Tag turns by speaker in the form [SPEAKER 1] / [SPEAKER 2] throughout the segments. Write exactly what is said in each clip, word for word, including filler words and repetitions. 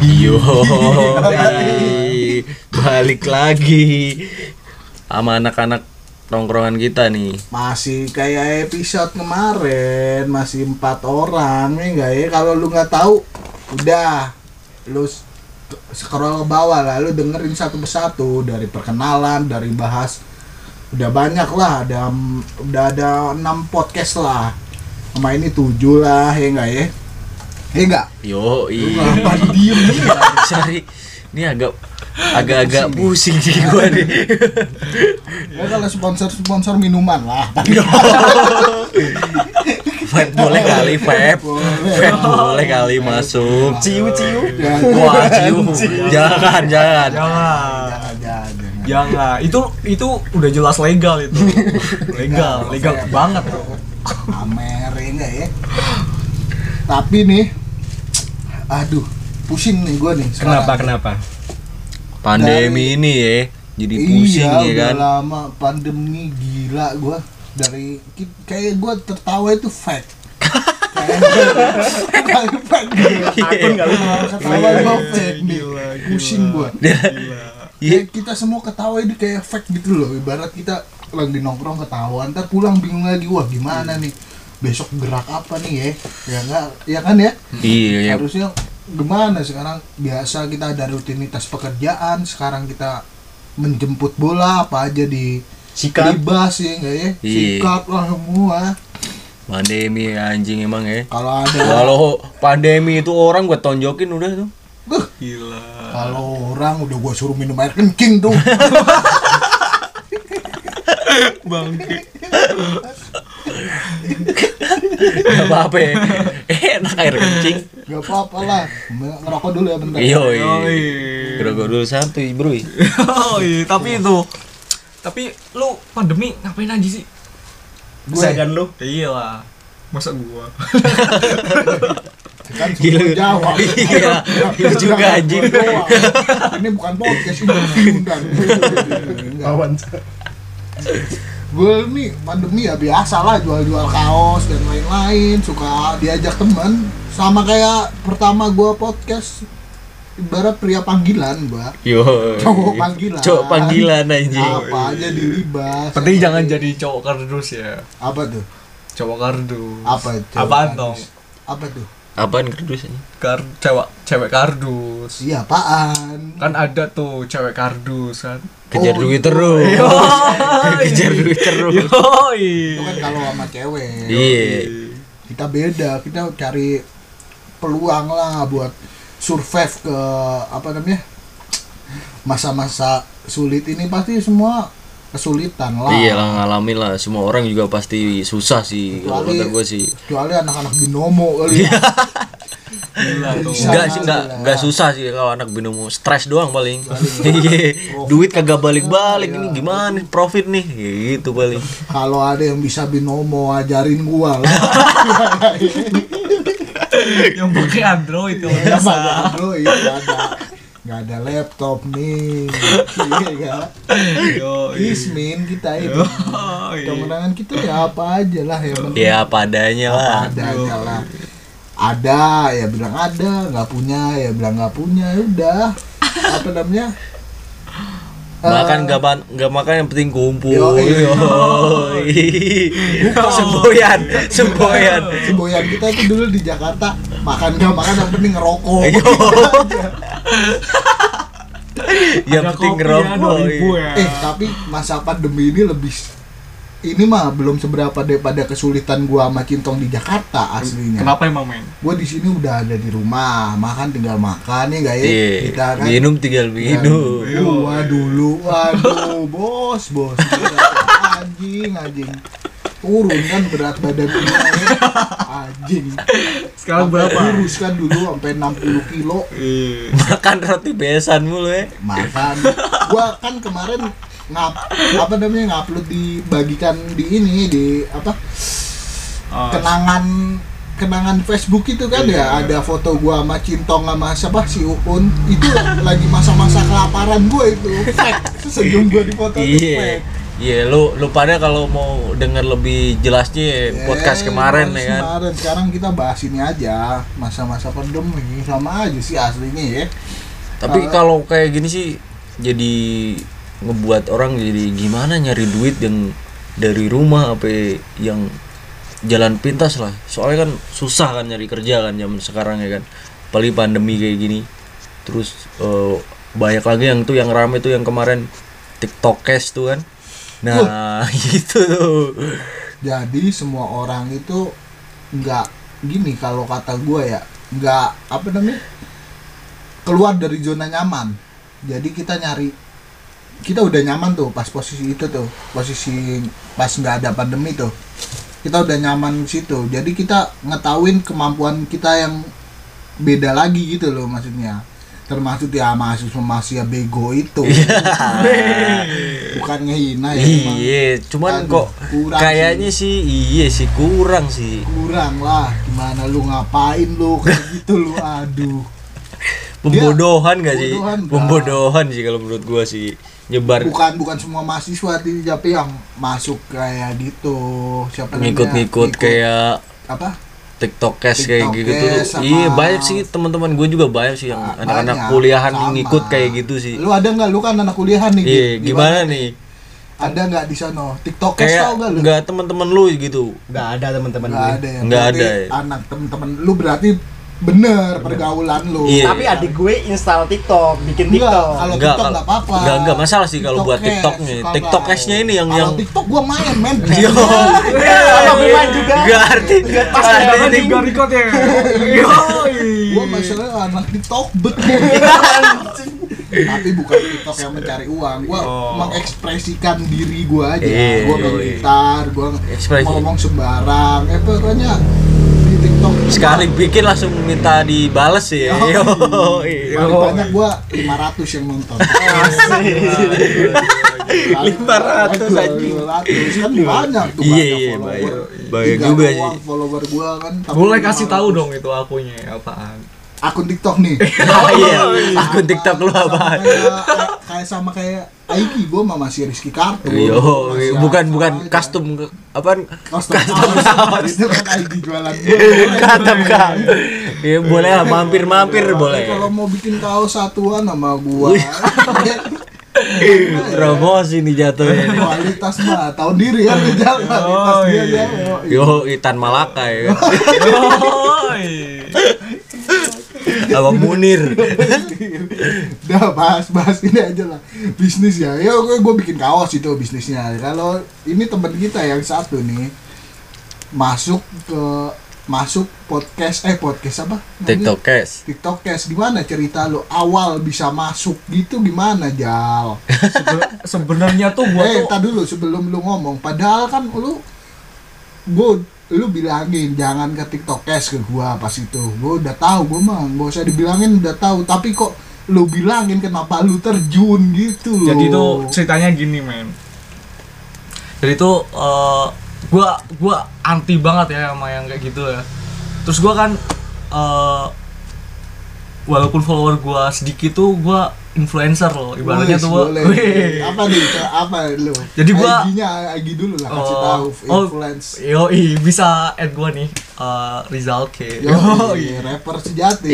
[SPEAKER 1] Yo, balik lagi sama anak-anak nongkrongan kita nih.
[SPEAKER 2] Masih kayak episode kemarin, masih empat orang nih enggak ya? Kalau lu nggak tahu, udah lu scroll ke bawah lah, lu dengerin satu persatu dari perkenalan, dari bahas. Udah banyak lah, ada udah ada enam podcast lah. Sama ini tujuh lah, ya enggak ya? Eh enggak?
[SPEAKER 1] Yo,
[SPEAKER 2] Lu ngapa diem nih?
[SPEAKER 1] Sorry, ini agak agak-agak pusing sih gua nih.
[SPEAKER 2] Ya kalau sponsor-sponsor minuman lah.
[SPEAKER 1] Vape boleh kali, vape. Vape boleh kali masuk.
[SPEAKER 3] Ciu-ciu.
[SPEAKER 1] Wah, ciu. Jangan, jangan.
[SPEAKER 3] Jangan.
[SPEAKER 2] Jangan, jangan.
[SPEAKER 3] Jangan. Itu itu udah jelas legal itu. Legal, legal banget tuh.
[SPEAKER 2] Amer ya enggak ya? Tapi nih, aduh, pusing nih gua nih.
[SPEAKER 3] Kenapa?
[SPEAKER 2] sekarang.
[SPEAKER 3] Kenapa?
[SPEAKER 1] Pandemi
[SPEAKER 2] Dari-
[SPEAKER 1] ini ya, jadi pusing
[SPEAKER 2] iya,
[SPEAKER 1] ya kan.
[SPEAKER 2] udah lama pandemi gila gua. Dari kayak gua tertawa itu fake. Kayak fake gitu.
[SPEAKER 3] Akun kali.
[SPEAKER 2] Ketawa gua fake nih.
[SPEAKER 3] Gila, gila.
[SPEAKER 2] Pusing gua.
[SPEAKER 3] Gila.
[SPEAKER 1] Iya.
[SPEAKER 2] Kayak kita semua ketawa ini kayak fake gitu loh. Ibarat kita lagi nongkrong ketawa, ntar pulang bingung lagi, wah gimana nih? Besok gerak apa nih ya? Ya enggak, ya kan ya?
[SPEAKER 1] Iya, ya.
[SPEAKER 2] Harusnya gimana sekarang biasa kita ada rutinitas pekerjaan, sekarang kita menjemput bola apa aja di
[SPEAKER 3] Sikat.
[SPEAKER 2] libas ya enggak ya?
[SPEAKER 1] Iya.
[SPEAKER 2] Sikat lah semua.
[SPEAKER 1] Pandemi anjing emang ya.
[SPEAKER 2] Kalau ada
[SPEAKER 1] Kalau pandemi itu orang gua tonjokin udah tuh.
[SPEAKER 2] Duh,
[SPEAKER 3] Gila.
[SPEAKER 2] kalau orang udah gua suruh minum air kencing tuh.
[SPEAKER 3] Bangke.
[SPEAKER 1] Gak apa-apa ya. Enak air kencing.
[SPEAKER 2] Gak apa-apa lah. Ngerokok dulu ya bentar.
[SPEAKER 1] Iya, iya.
[SPEAKER 3] Yoi.
[SPEAKER 1] Gerogok dulu santuy, bro.
[SPEAKER 3] Yoi, tapi itu. Tapi lu pandemi ngapain aja sih?
[SPEAKER 2] Gue
[SPEAKER 3] Kan lu? Iya lah. Masa gua?
[SPEAKER 2] kan
[SPEAKER 1] Gila.
[SPEAKER 2] suruh jawab.
[SPEAKER 1] Iya, lu juga anjing.
[SPEAKER 2] Ini bukan podcast, ini undang. Awan. Gue nih pandemi ya biasa lah, jual-jual kaos dan lain-lain, suka diajak teman. Sama kayak pertama gue podcast, ibarat pria panggilan gue.
[SPEAKER 1] Yo.
[SPEAKER 2] Cowok panggilan.
[SPEAKER 1] Cowok panggilan anjing.
[SPEAKER 2] Apa aja dilibas.
[SPEAKER 3] Penting
[SPEAKER 2] Yang
[SPEAKER 3] jangan
[SPEAKER 2] penting-
[SPEAKER 3] jadi cowok kardus ya.
[SPEAKER 2] Apa tuh?
[SPEAKER 3] Cowok kardus.
[SPEAKER 2] Apa itu?
[SPEAKER 3] Apaan dong?
[SPEAKER 2] Apa tuh?
[SPEAKER 1] Apaan kerdus anjing?
[SPEAKER 3] Kar cewek cewek kardus.
[SPEAKER 2] Iya apaan?
[SPEAKER 3] Kan ada tuh cewek kardus kan.
[SPEAKER 1] Kejar
[SPEAKER 2] Oh,
[SPEAKER 1] duit
[SPEAKER 2] itu.
[SPEAKER 1] terus.
[SPEAKER 3] Yoi.
[SPEAKER 1] Kejar duit terus.
[SPEAKER 3] Yoi.
[SPEAKER 2] Itu kan kalau sama cewek.
[SPEAKER 1] Iya.
[SPEAKER 2] Kita beda, kita cari peluang lah buat survive ke apa namanya, masa-masa sulit ini. Pasti semua kesulitan lah.
[SPEAKER 1] Iya lah, ngalamin lah. Semua orang juga pasti susah sih kalau
[SPEAKER 2] Kecuali-
[SPEAKER 1] kata gue sih.
[SPEAKER 2] Kecuali anak-anak binomo kali ya.
[SPEAKER 3] Gila tuh.
[SPEAKER 2] Bisa.
[SPEAKER 1] Enggak sih, enggak
[SPEAKER 2] lah.
[SPEAKER 1] enggak susah sih kalau anak binomo. Stres doang paling. Iya. Duit kagak balik-balik ini gimana nih, profit nih. Gitu paling.
[SPEAKER 2] Kalau ada yang bisa binomo, ajarin gua lah.
[SPEAKER 3] Yang pakai Android kalau
[SPEAKER 2] Ya
[SPEAKER 3] biasa.
[SPEAKER 2] mah Android, nggak ada nggak ada laptop nih. Iya kan?
[SPEAKER 3] Yoi.
[SPEAKER 2] Ismin kita itu.
[SPEAKER 3] Yoi.
[SPEAKER 2] Kemenangan kita ya apa aja lah yang penting.
[SPEAKER 1] Ya padanya lah.
[SPEAKER 2] Apa adanya lah. Ada ya bilang ada, nggak punya ya bilang nggak punya, ya udah. Apa namanya?
[SPEAKER 1] Makan
[SPEAKER 2] Eh,
[SPEAKER 1] enggak man, enggak makan yang penting kumpul.
[SPEAKER 2] Yoi.
[SPEAKER 1] Yoi. Semboyan, semboyan.
[SPEAKER 2] Semboyan kita itu dulu di Jakarta, makan nggak makan yang penting ngerokok.
[SPEAKER 1] Ayo. Yang
[SPEAKER 3] Ada
[SPEAKER 1] penting
[SPEAKER 3] kopi
[SPEAKER 1] ngerokok.
[SPEAKER 3] ya, dua ribu ya.
[SPEAKER 2] Eh tapi masa pandemi ini lebih, ini mah belum seberapa daripada kesulitan gua sama Cintong di Jakarta aslinya.
[SPEAKER 3] Kenapa emang men?
[SPEAKER 2] Gua di sini udah ada di rumah, makan tinggal makan ya nggak ya?
[SPEAKER 1] Iya.
[SPEAKER 2] Kita kan.
[SPEAKER 1] Minum tinggal minum.
[SPEAKER 2] Gua dulu, waduh, bos, bos. Anjing, anjing. Turun kan berat badan gua ya. Anjing.
[SPEAKER 3] Sekarang
[SPEAKER 2] Sampai
[SPEAKER 3] berapa?
[SPEAKER 2] kurus kan dulu sampai enam puluh kilo
[SPEAKER 3] Iya.
[SPEAKER 1] Makan roti besan mulu ya.
[SPEAKER 2] makan. Gua kan kemarin ngap apa namanya ngupload dibagikan di ini di apa
[SPEAKER 3] Oh,
[SPEAKER 2] kenangan kenangan Facebook itu kan
[SPEAKER 3] Iya.
[SPEAKER 2] ya, ada foto gua sama Cintong sama siapa si Uun itu lagi masa-masa kelaparan gua itu fake, senyum gua di foto itu
[SPEAKER 1] Iya.
[SPEAKER 2] fake.
[SPEAKER 1] Iya, lu lu pada kalau mau dengar lebih jelasnya
[SPEAKER 2] Eh,
[SPEAKER 1] podcast kemarin
[SPEAKER 2] bahas
[SPEAKER 1] ya kan.
[SPEAKER 2] Kemarin, sekarang kita bahas ini aja masa-masa pandemi sama aja sih aslinya ya.
[SPEAKER 1] Tapi kalau kayak gini sih jadi ngebuat orang jadi gimana nyari duit yang dari rumah apa yang jalan pintas lah. Soalnya kan susah kan nyari kerja kan zaman sekarang ya kan. Apalagi pandemi kayak gini. Terus eh, banyak lagi yang tuh yang rame tuh yang kemarin TikTok Cash tuh kan. Nah, gitu tuh.
[SPEAKER 2] Jadi semua orang itu nggak gini kalau kata gue ya, nggak apa namanya keluar dari zona nyaman. Jadi kita nyari, kita udah nyaman tuh pas posisi itu tuh, posisi pas nggak ada pandemi tuh, kita udah nyaman di situ. Jadi kita ngetahuin kemampuan kita yang beda lagi gitu loh maksudnya. Termasuk ya mahasiswa-mahasiswa bego itu. Bukan ngehina ya.
[SPEAKER 1] Iya, cuman
[SPEAKER 2] Aduh,
[SPEAKER 1] kok
[SPEAKER 2] kurang
[SPEAKER 1] kayaknya sih iya sih kurang sih.
[SPEAKER 2] kurang lah, gimana lu ngapain lu kayak gitu lu, aduh.
[SPEAKER 1] Pembodohan gak sih?
[SPEAKER 2] Pembodohan, Bang.
[SPEAKER 1] Pembodohan sih kalau menurut gua sih nyebar
[SPEAKER 2] Bukan bukan semua mahasiswa tapi yang masuk kayak gitu. Siapa namanya?
[SPEAKER 1] ngikut-ngikut
[SPEAKER 2] Ngikut
[SPEAKER 1] kayak
[SPEAKER 2] apa?
[SPEAKER 1] TikTok Cash kayak
[SPEAKER 2] TikTok
[SPEAKER 1] gitu tuh.
[SPEAKER 2] Cash sama-
[SPEAKER 1] Iya, banyak sih teman-teman gue juga banyak sih yang
[SPEAKER 2] Ah,
[SPEAKER 1] anak-anak
[SPEAKER 2] banyak,
[SPEAKER 1] kuliahan
[SPEAKER 2] sama.
[SPEAKER 1] ngikut kayak gitu sih.
[SPEAKER 2] Lu ada nggak? Lu kan anak kuliahan nih.
[SPEAKER 1] Iya,
[SPEAKER 2] Git.
[SPEAKER 1] gimana nih?
[SPEAKER 2] Ada nggak di sana? TikTok Cash
[SPEAKER 1] Kayak
[SPEAKER 2] tau nggak lu?
[SPEAKER 1] enggak teman-teman lu gitu.
[SPEAKER 4] Nggak ada teman-teman
[SPEAKER 2] Nggak
[SPEAKER 4] gue.
[SPEAKER 2] ada ya.
[SPEAKER 1] Nggak
[SPEAKER 2] Berarti
[SPEAKER 1] ada ya.
[SPEAKER 2] Anak temen-temen lu berarti bener pergaulan lu.
[SPEAKER 1] Iya.
[SPEAKER 4] Tapi adik gue install TikTok, bikin
[SPEAKER 2] Enggak,
[SPEAKER 4] TikTok.
[SPEAKER 2] kalau
[SPEAKER 1] Enggak,
[SPEAKER 2] TikTok
[SPEAKER 1] kalau-
[SPEAKER 2] nggak apa-apa.
[SPEAKER 1] enggak, enggak masalah sih kalau buat
[SPEAKER 2] Cash,
[SPEAKER 1] TikToknya.
[SPEAKER 2] kalau-
[SPEAKER 1] TikTok Cash-nya ini yang-
[SPEAKER 2] kalau
[SPEAKER 1] yang-
[SPEAKER 2] TikTok gua main, men.
[SPEAKER 1] Yo.
[SPEAKER 4] Sama gue main juga.
[SPEAKER 1] Enggak arti.
[SPEAKER 3] Pas
[SPEAKER 1] Ada
[SPEAKER 3] ada
[SPEAKER 1] ini.
[SPEAKER 3] juga record ya. Yoi.
[SPEAKER 2] Gua masalah anak TikTok bet. Tapi bukan TikTok yang mencari uang. Gua
[SPEAKER 3] Oh.
[SPEAKER 2] mengekspresikan diri gua aja.
[SPEAKER 1] Iya,
[SPEAKER 2] Gua
[SPEAKER 1] iya,
[SPEAKER 2] main
[SPEAKER 1] iya.
[SPEAKER 2] gitar, gua
[SPEAKER 1] Ekspresi.
[SPEAKER 2] ngomong sembarang. Eh pokoknya di TikTok
[SPEAKER 1] Sekali bikin langsung minta dibales sih.
[SPEAKER 2] Yo.
[SPEAKER 1] Yo.
[SPEAKER 2] paling banyak gua lima ratus yang nonton.
[SPEAKER 1] lima ratus anjing.
[SPEAKER 2] lima ratus kan banyak tuh,
[SPEAKER 1] Iya,
[SPEAKER 2] banyak
[SPEAKER 1] iya,
[SPEAKER 2] follower.
[SPEAKER 1] banyak. Banyak
[SPEAKER 2] Tiga
[SPEAKER 1] juga
[SPEAKER 2] doang
[SPEAKER 1] sih.
[SPEAKER 2] follower gua kan. tapi
[SPEAKER 3] Boleh
[SPEAKER 2] lima
[SPEAKER 3] kasih
[SPEAKER 2] ratus.
[SPEAKER 3] tahu dong itu akunnya apaan.
[SPEAKER 2] Akun TikTok nih.
[SPEAKER 1] Oh iya, akun TikTok lu
[SPEAKER 2] Sama
[SPEAKER 1] apaan?
[SPEAKER 2] kayak, kayak sama kayak Aiki, gua mah masih Rizky Kartu.
[SPEAKER 1] Yo,
[SPEAKER 2] Masih
[SPEAKER 1] bukan
[SPEAKER 2] sama
[SPEAKER 1] bukan
[SPEAKER 2] aja.
[SPEAKER 1] custom apaan?
[SPEAKER 2] Custom kaos. Itu kan Aiki jualan gua.
[SPEAKER 1] Custom kan. Ya boleh lah mampir-mampir boleh.
[SPEAKER 2] Kalau mau bikin kaos satuan sama gua.
[SPEAKER 1] Promosi nih jatuhnya. nih.
[SPEAKER 2] Kualitas mah tahu diri kan Rijal, kualitas
[SPEAKER 3] Oh,
[SPEAKER 2] dia
[SPEAKER 3] iya.
[SPEAKER 2] dia.
[SPEAKER 1] Yo, Itan Malaka ya kan.
[SPEAKER 3] Yoi.
[SPEAKER 1] Abang Munir.
[SPEAKER 2] Udah bahas-bahas ini aja lah. Bisnis ya. Yo gue gue bikin kaos itu bisnisnya. Kalau ini teman kita yang satu nih masuk ke masuk podcast eh podcast apa? namanya?
[SPEAKER 1] TikTok Cash.
[SPEAKER 2] TikTok Cash. Gimana cerita lu awal bisa masuk gitu gimana, Jal?
[SPEAKER 3] Sebe- Sebenarnya tuh gua
[SPEAKER 2] Eh,
[SPEAKER 3] tuh
[SPEAKER 2] tar dulu sebelum lu ngomong. Padahal kan lu gua lu bilangin jangan ke TikTok Cash ke gua pas itu. Gua udah tahu, gua mah enggak usah dibilangin udah tahu, tapi kok lu bilangin kenapa lu terjun gitu loh.
[SPEAKER 3] jadi tuh ceritanya gini, men. Jadi tuh eh, gua gua anti banget ya sama yang kayak gitu ya. Terus gua kan eh, walaupun follower gua sedikit tuh gua influencer loh ibaratnya
[SPEAKER 2] Wih,
[SPEAKER 3] tuh gua.
[SPEAKER 2] boleh.
[SPEAKER 3] Wih.
[SPEAKER 2] Apa nih? Apa lu?
[SPEAKER 3] Jadi gua-
[SPEAKER 2] I G-nya I G dulu lah kasih
[SPEAKER 3] Oh,
[SPEAKER 2] tahu
[SPEAKER 3] oh,
[SPEAKER 2] influence.
[SPEAKER 3] Yoi, bisa add gua nih eh, Rizal K.
[SPEAKER 2] Yo, rapper sejati.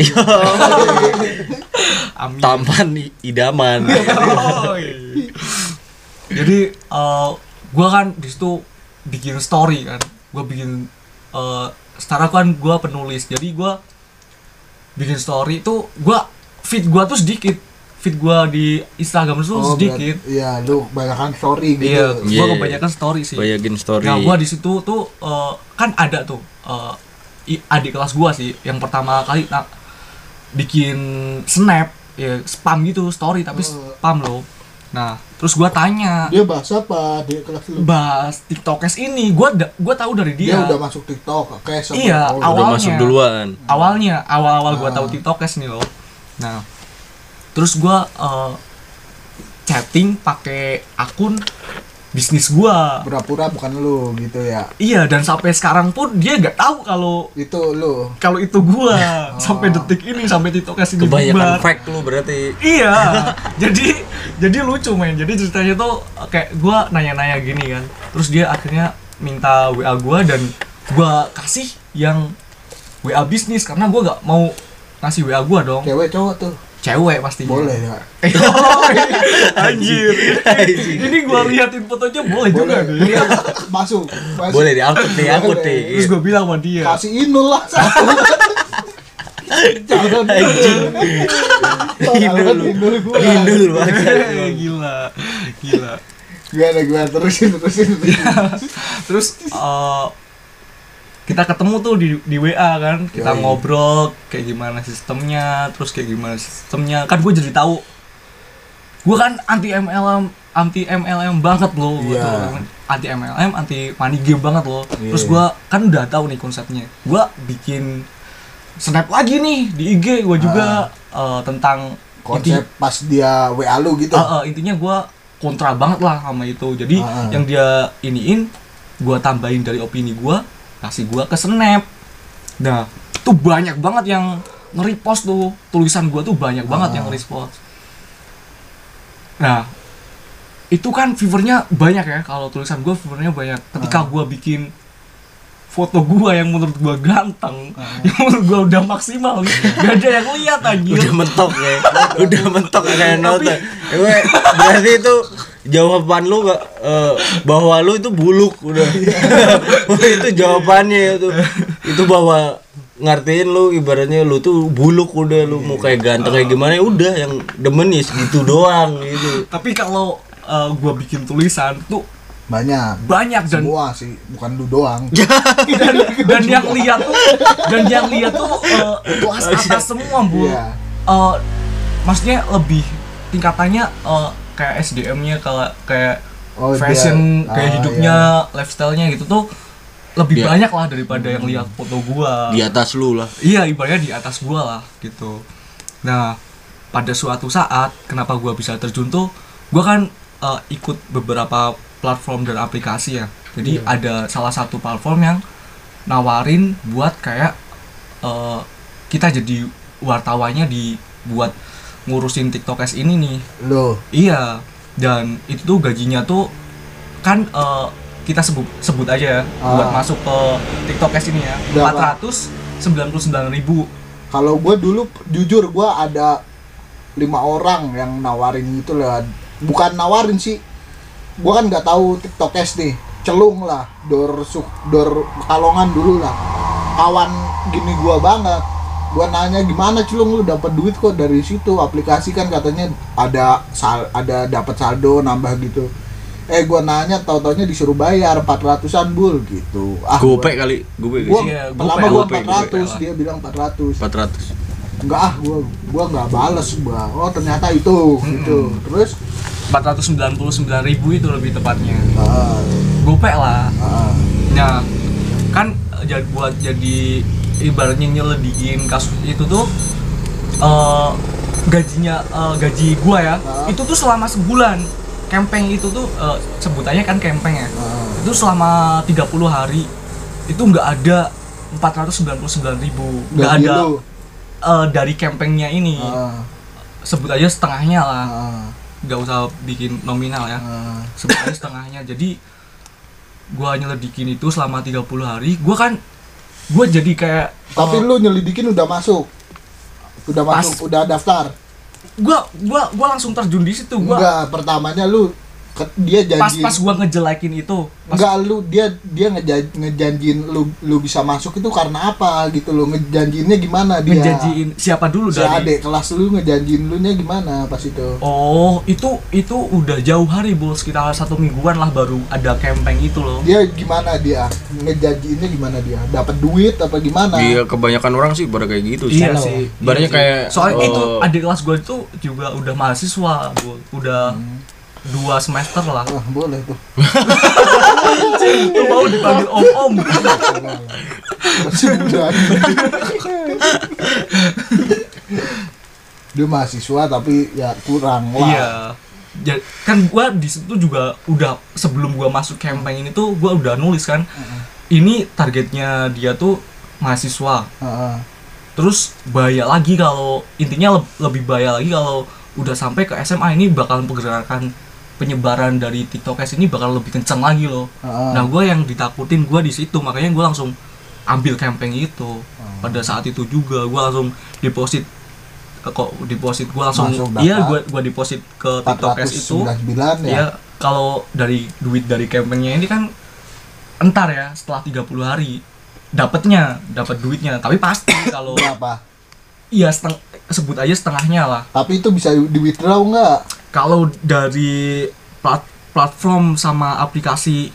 [SPEAKER 3] Amin.
[SPEAKER 1] Tampan idaman.
[SPEAKER 3] Yoi. Jadi eh, gua kan di situ bikin story kan. Gua bikin eh secara kan gua penulis. Jadi gua bikin story itu gua feed gua tuh sedikit. Feed gua di Instagram tuh
[SPEAKER 2] Oh,
[SPEAKER 3] sedikit.
[SPEAKER 2] berat- Iya, lu kebanyakan story gitu.
[SPEAKER 3] Iya,
[SPEAKER 1] Iya.
[SPEAKER 3] gua kebanyakan story sih.
[SPEAKER 1] Bayakin story.
[SPEAKER 3] Nah, gua di situ tuh eh, kan ada tuh eh, i- adik kelas gua sih yang pertama kali nah, bikin snap ya spam gitu story tapi
[SPEAKER 2] Oh.
[SPEAKER 3] spam loh. Nah, terus gua tanya,
[SPEAKER 2] Dia bahas apa di kelas lu?
[SPEAKER 3] bahas TikTokers ini, gua da- gua tahu dari
[SPEAKER 2] Dia
[SPEAKER 3] dia.
[SPEAKER 2] udah masuk TikTok, oke sama
[SPEAKER 3] Iya,
[SPEAKER 2] oh,
[SPEAKER 1] Udah
[SPEAKER 3] awalnya.
[SPEAKER 1] masuk duluan.
[SPEAKER 3] Awalnya, awal-awal gua
[SPEAKER 2] Ah.
[SPEAKER 3] tahu TikTokers nih loh. Nah, terus gua eh, chatting pakai akun bisnis gua.
[SPEAKER 2] Pura-pura bukan lu gitu ya.
[SPEAKER 3] Iya, dan sampai sekarang pun dia nggak tahu kalau
[SPEAKER 2] Itu lu.
[SPEAKER 3] kalau itu gua sampai detik ini, sampai TikTokers ini
[SPEAKER 1] Kebanyakan
[SPEAKER 3] bubar.
[SPEAKER 1] fake lu berarti.
[SPEAKER 3] Iya, jadi jadi lucu men. Jadi ceritanya tuh kayak gua nanya-nanya gini kan, terus dia akhirnya minta W A gua dan gua kasih yang W A bisnis karena gua nggak mau ngasih W A gua dong.
[SPEAKER 2] Cewek cowok tuh.
[SPEAKER 3] Cewek pastinya.
[SPEAKER 2] Boleh ya.
[SPEAKER 3] Anjir. Ini gua liatin fotonya boleh, juga
[SPEAKER 2] Boleh.
[SPEAKER 3] nih.
[SPEAKER 2] Iya, masuk. masuk.
[SPEAKER 1] Boleh diangkut nih, angkut nih.
[SPEAKER 3] Terus gua bilang sama dia,
[SPEAKER 2] Kasih inul lah satu. Jangan
[SPEAKER 1] Inul.
[SPEAKER 2] inul gua.
[SPEAKER 1] Indul banget.
[SPEAKER 3] "Eh, gila, gila.
[SPEAKER 2] Gimana gimana terusin terusin.
[SPEAKER 3] Terus eh, kita ketemu tuh di di W A kan, kita
[SPEAKER 2] Yoi.
[SPEAKER 3] ngobrol kayak gimana sistemnya, terus kayak gimana sistemnya. Kan gue jadi tahu, gue kan anti M L M, anti M L M banget loh,
[SPEAKER 2] Iya.
[SPEAKER 3] gitu. Anti M L M, anti money game banget loh.
[SPEAKER 2] Iya.
[SPEAKER 3] Terus gue kan udah tahu nih konsepnya. Gue bikin snap lagi nih di I G gue juga eh, tentang
[SPEAKER 2] Konsep pas dia W A lu gitu.
[SPEAKER 3] Ah, ah, intinya gue kontra banget lah sama itu. Jadi
[SPEAKER 2] Ah, ah.
[SPEAKER 3] yang dia iniin, gue tambahin dari opini gue, kasih gue ke snap. Nah, tuh banyak banget yang nge-repost tuh tulisan gue tuh banyak banget
[SPEAKER 2] Ah.
[SPEAKER 3] yang nge-repost. Nah, itu kan viewernya banyak ya. Kalau tulisan gue viewernya banyak. Ketika gue bikin foto gue yang menurut gue ganteng, yang menurut gue udah maksimal, gak ada yang lihat anjir.
[SPEAKER 1] Udah mentok ya. Udah mentok kayak nonton. Gue berarti itu jawaban lu gak eh, bahwa lu itu buluk udah. Itu jawabannya itu. Itu bahwa ngertiin lu ibaratnya lu tuh buluk udah, lu mau kayak ganteng kayak gimana ya udah, yang demen ya segitu doang gitu.
[SPEAKER 3] Tapi kalau uh, gue bikin tulisan tuh
[SPEAKER 2] Banyak.
[SPEAKER 3] banyak dan
[SPEAKER 2] Semua sih, bukan lu doang.
[SPEAKER 3] dan, dan yang lihat tuh dan yang lihat tuh uh, kelas atas semua bu.
[SPEAKER 2] Iya.
[SPEAKER 3] Uh, maksudnya lebih tingkatannya uh, kayak S D M-nya kalau kayak
[SPEAKER 2] Oh,
[SPEAKER 3] fashion
[SPEAKER 2] dia-
[SPEAKER 3] kayak
[SPEAKER 2] ah,
[SPEAKER 3] hidupnya, lifestyle-nya gitu tuh lebih
[SPEAKER 1] Dia-
[SPEAKER 3] banyak lah daripada yang lihat foto gua.
[SPEAKER 1] Di atas lu lah.
[SPEAKER 3] Iya, ibaratnya di atas gua lah gitu. Nah, pada suatu saat kenapa gua bisa terjun tuh, gua kan uh, ikut beberapa platform dan aplikasi ya. Jadi
[SPEAKER 2] Iya.
[SPEAKER 3] ada salah satu platform yang nawarin buat kayak uh, kita jadi wartawannya dibuat ngurusin TikTokers ini nih.
[SPEAKER 2] Lu.
[SPEAKER 3] Iya, dan itu tuh gajinya tuh kan uh, kita sebut sebut aja ya,
[SPEAKER 2] Ah.
[SPEAKER 3] buat masuk ke TikTokers ini ya,
[SPEAKER 2] Berapa?
[SPEAKER 3] empat ratus sembilan puluh sembilan ribu.
[SPEAKER 2] Kalau gue dulu jujur gue ada lima orang yang nawarin itu lah, bukan nawarin sih, gue kan nggak tahu TikTokers nih, celung lah, dor suk dor kalongan dulu lah, kawan gini gue banget, gue nanya gimana celung lu dapat duit kok dari situ, aplikasi kan katanya ada sal ada dapat saldo nambah gitu, eh gue nanya tau-taunya disuruh bayar empat ratusan bul gitu, ah gua-
[SPEAKER 1] Gope kali, gope
[SPEAKER 2] Gua
[SPEAKER 1] kali.
[SPEAKER 3] Iya,
[SPEAKER 2] pertama
[SPEAKER 3] gopay,
[SPEAKER 2] gua
[SPEAKER 1] gopay,
[SPEAKER 2] empat ratus,
[SPEAKER 3] gopay
[SPEAKER 2] dia bilang empat ratus.
[SPEAKER 1] empat ratus.
[SPEAKER 2] Enggak ah, gua gua enggak bales gua. Oh, ternyata itu gitu. Terus
[SPEAKER 3] empat ratus sembilan puluh sembilan ribu itu lebih tepatnya.
[SPEAKER 2] ah
[SPEAKER 3] Gopay lah.
[SPEAKER 2] ah
[SPEAKER 3] Nah, kan jadi buat jadi ibaratnya nyelidikin kasus itu tuh eh, gajinya eh, gaji gua ya.
[SPEAKER 2] Ah.
[SPEAKER 3] Itu tuh selama sebulan. Campaign itu tuh eh, sebutannya kan campaign ya.
[SPEAKER 2] ah.
[SPEAKER 3] Itu selama tiga puluh hari itu nggak ada empat ratus sembilan puluh sembilan ribu. Nggak
[SPEAKER 2] Gaji
[SPEAKER 3] ada
[SPEAKER 2] lu.
[SPEAKER 3] eh, dari campaignnya ini.
[SPEAKER 2] Ah,
[SPEAKER 3] Sebut aja setengahnya lah.
[SPEAKER 2] ah,
[SPEAKER 3] Nggak usah bikin nominal ya.
[SPEAKER 2] ah.
[SPEAKER 3] Sebenarnya setengahnya. Jadi gua nyelidikin itu selama tiga puluh hari. Gua kan gua jadi kayak
[SPEAKER 2] Tapi
[SPEAKER 3] eh,
[SPEAKER 2] lu nyelidikin udah masuk. Udah
[SPEAKER 3] Pas.
[SPEAKER 2] masuk, udah daftar.
[SPEAKER 3] gua gua gua langsung terjun di situ. Gua
[SPEAKER 2] Enggak, pertamanya lu ke- dia
[SPEAKER 3] pas
[SPEAKER 2] janji
[SPEAKER 3] pas gua ngejelekin itu. Pas,
[SPEAKER 2] enggak lu dia dia ngeja- ngejanjiin lu lu bisa masuk itu karena apa gitu lo, ngejanjiinnya gimana dia?
[SPEAKER 3] ngejanjiin siapa dulu
[SPEAKER 2] Si
[SPEAKER 3] dari
[SPEAKER 2] adek kelas lu ngejanjiin lu nya gimana pas itu?
[SPEAKER 3] Oh, itu itu udah jauh hari, Bos. Sekitar satu mingguan lah baru ada campaign itu loh.
[SPEAKER 2] Dia gimana dia? Ngejanjiinnya gimana dia? Dapat duit apa gimana?
[SPEAKER 1] Iya, kebanyakan orang sih pada kayak gitu sih.
[SPEAKER 3] Iya sih.
[SPEAKER 1] Ibaratnya
[SPEAKER 3] Iya sih.
[SPEAKER 1] kayak
[SPEAKER 3] Soalnya
[SPEAKER 1] eh,
[SPEAKER 3] itu adik kelas gue itu juga udah mahasiswa, Bu. Udah dua semester lah.
[SPEAKER 2] Wah, boleh tuh.
[SPEAKER 3] Lu mau dipanggil om-om.
[SPEAKER 2] Masih muda. Dia mahasiswa tapi ya kurang lah.
[SPEAKER 3] Iya. Ja- kan gua di situ juga udah sebelum gua masuk campaign ini tuh gua udah nulis kan.
[SPEAKER 2] Heeh.
[SPEAKER 3] Ini targetnya dia tuh mahasiswa.
[SPEAKER 2] Heeh.
[SPEAKER 3] Terus bahaya lagi kalau intinya le- lebih bahaya lagi kalau udah sampai ke S M A ini bakalan pergerakan penyebaran dari TikTokers ini bakal lebih kencang lagi loh.
[SPEAKER 2] Heeh.
[SPEAKER 3] Nah, gue yang ditakutin gue di situ, makanya gue langsung ambil campaign itu. Pada saat itu juga gue langsung deposit eh, kok deposit gue langsung
[SPEAKER 2] Langsung
[SPEAKER 3] iya
[SPEAKER 2] dapat
[SPEAKER 3] gue gue deposit ke TikTokers itu.
[SPEAKER 2] empat ratus sembilan puluh sembilan ya.
[SPEAKER 3] Ya, kalau dari duit dari campaignnya ini kan entar ya setelah tiga puluh hari dapatnya, dapat duitnya. Tapi pasti kalau
[SPEAKER 2] Berapa?
[SPEAKER 3] iya seteng sebut aja setengahnya lah.
[SPEAKER 2] Tapi itu bisa di withdraw nggak?
[SPEAKER 3] Kalau dari plat platform sama aplikasi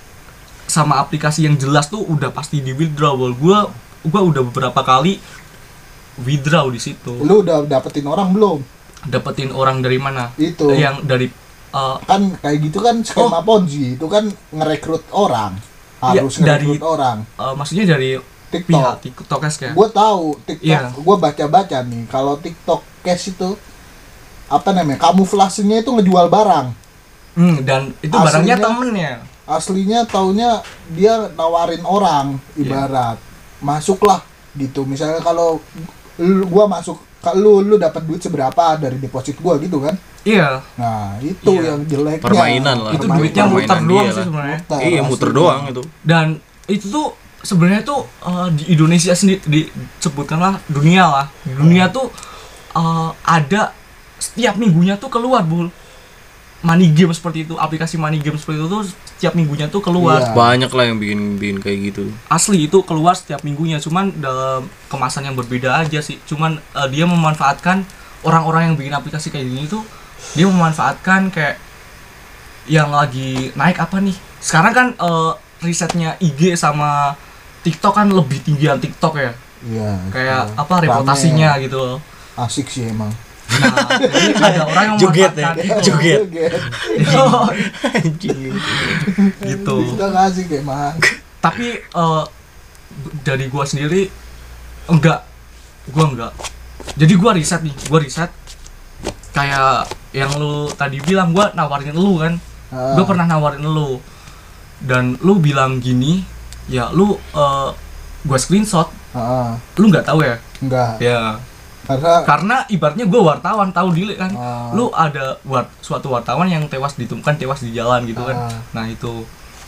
[SPEAKER 3] sama aplikasi yang jelas tuh udah pasti di withdrawal. Gua gua udah beberapa kali withdraw di situ.
[SPEAKER 2] Lu udah dapetin orang belum?
[SPEAKER 3] Dapetin orang dari mana?
[SPEAKER 2] Itu.
[SPEAKER 3] Yang dari uh,
[SPEAKER 2] Kan kayak gitu kan skema Ponzi, itu kan ngerekrut orang. Harus
[SPEAKER 3] Iya, dari-
[SPEAKER 2] ngerekrut orang.
[SPEAKER 3] uh, maksudnya dari
[SPEAKER 2] TikTok.
[SPEAKER 3] pihak TikTokers ya.
[SPEAKER 2] Gue tahu TikTok,
[SPEAKER 3] Iya.
[SPEAKER 2] gue baca-baca nih kalau TikTok Cash itu apa namanya, kamuflasenya itu ngejual barang.
[SPEAKER 3] Hmm, dan itu
[SPEAKER 2] Aslinya-
[SPEAKER 3] barangnya temennya.
[SPEAKER 2] Aslinya taunya dia nawarin orang, ibarat masuklah gitu. Misalnya kalau lu, gua masuk, kalau lu lu dapat duit seberapa dari deposit gua gitu kan.
[SPEAKER 3] Iya.
[SPEAKER 2] Nah itu
[SPEAKER 3] Iya.
[SPEAKER 2] yang jeleknya.
[SPEAKER 1] Permainan lah.
[SPEAKER 3] Itu
[SPEAKER 2] Permainan.
[SPEAKER 3] duitnya muter
[SPEAKER 1] permainan
[SPEAKER 3] doang
[SPEAKER 1] dia
[SPEAKER 3] sih
[SPEAKER 1] lah.
[SPEAKER 3] sebenarnya.
[SPEAKER 2] Muter,
[SPEAKER 1] Iya, muter
[SPEAKER 2] aslinya.
[SPEAKER 1] doang itu.
[SPEAKER 3] Dan itu tuh sebenarnya tuh uh, di Indonesia sendiri disebutkanlah dunia lah. Di dunia tuh uh, ada setiap minggunya tuh keluar bul money game seperti itu, aplikasi money game seperti itu tuh setiap minggunya tuh keluar.
[SPEAKER 2] Iya.
[SPEAKER 1] Banyak lah yang bikin bikin kayak gitu.
[SPEAKER 3] Asli itu keluar setiap minggunya, cuman dalam kemasan yang berbeda aja sih. Cuman uh, dia memanfaatkan orang-orang yang bikin aplikasi kayak gini tuh, dia memanfaatkan kayak yang lagi naik apa nih. Sekarang kan uh, risetnya I G sama TikTok kan lebih tinggian TikTok ya.
[SPEAKER 2] Iya.
[SPEAKER 3] Kayak
[SPEAKER 2] iya.
[SPEAKER 3] apa reputasinya
[SPEAKER 2] Rame.
[SPEAKER 3] gitu loh.
[SPEAKER 2] Asik sih emang.
[SPEAKER 3] Nah, jadi ada orang yang
[SPEAKER 1] Joget
[SPEAKER 3] memanfaatkan
[SPEAKER 1] ya,
[SPEAKER 3] itu.
[SPEAKER 1] joget.
[SPEAKER 3] Jadi, gitu.
[SPEAKER 2] Itu nggak asik emang.
[SPEAKER 3] Tapi eh, dari gua sendiri enggak, gua enggak. Jadi gua riset nih, gua riset kayak yang lu tadi bilang, gua nawarin lu kan.
[SPEAKER 2] Ah.
[SPEAKER 3] Gua pernah nawarin lu. Dan lu bilang gini, ya lu eh, gua screenshot,
[SPEAKER 2] Ah,
[SPEAKER 3] lu nggak tahu ya?
[SPEAKER 2] enggak.
[SPEAKER 3] Ya.
[SPEAKER 2] Karena
[SPEAKER 3] Karena ibaratnya gue wartawan, tahu dili kan.
[SPEAKER 2] Ah.
[SPEAKER 3] Lu ada buat suatu wartawan yang tewas ditemukan tewas di jalan gitu kan.
[SPEAKER 2] Ah.
[SPEAKER 3] Nah, itu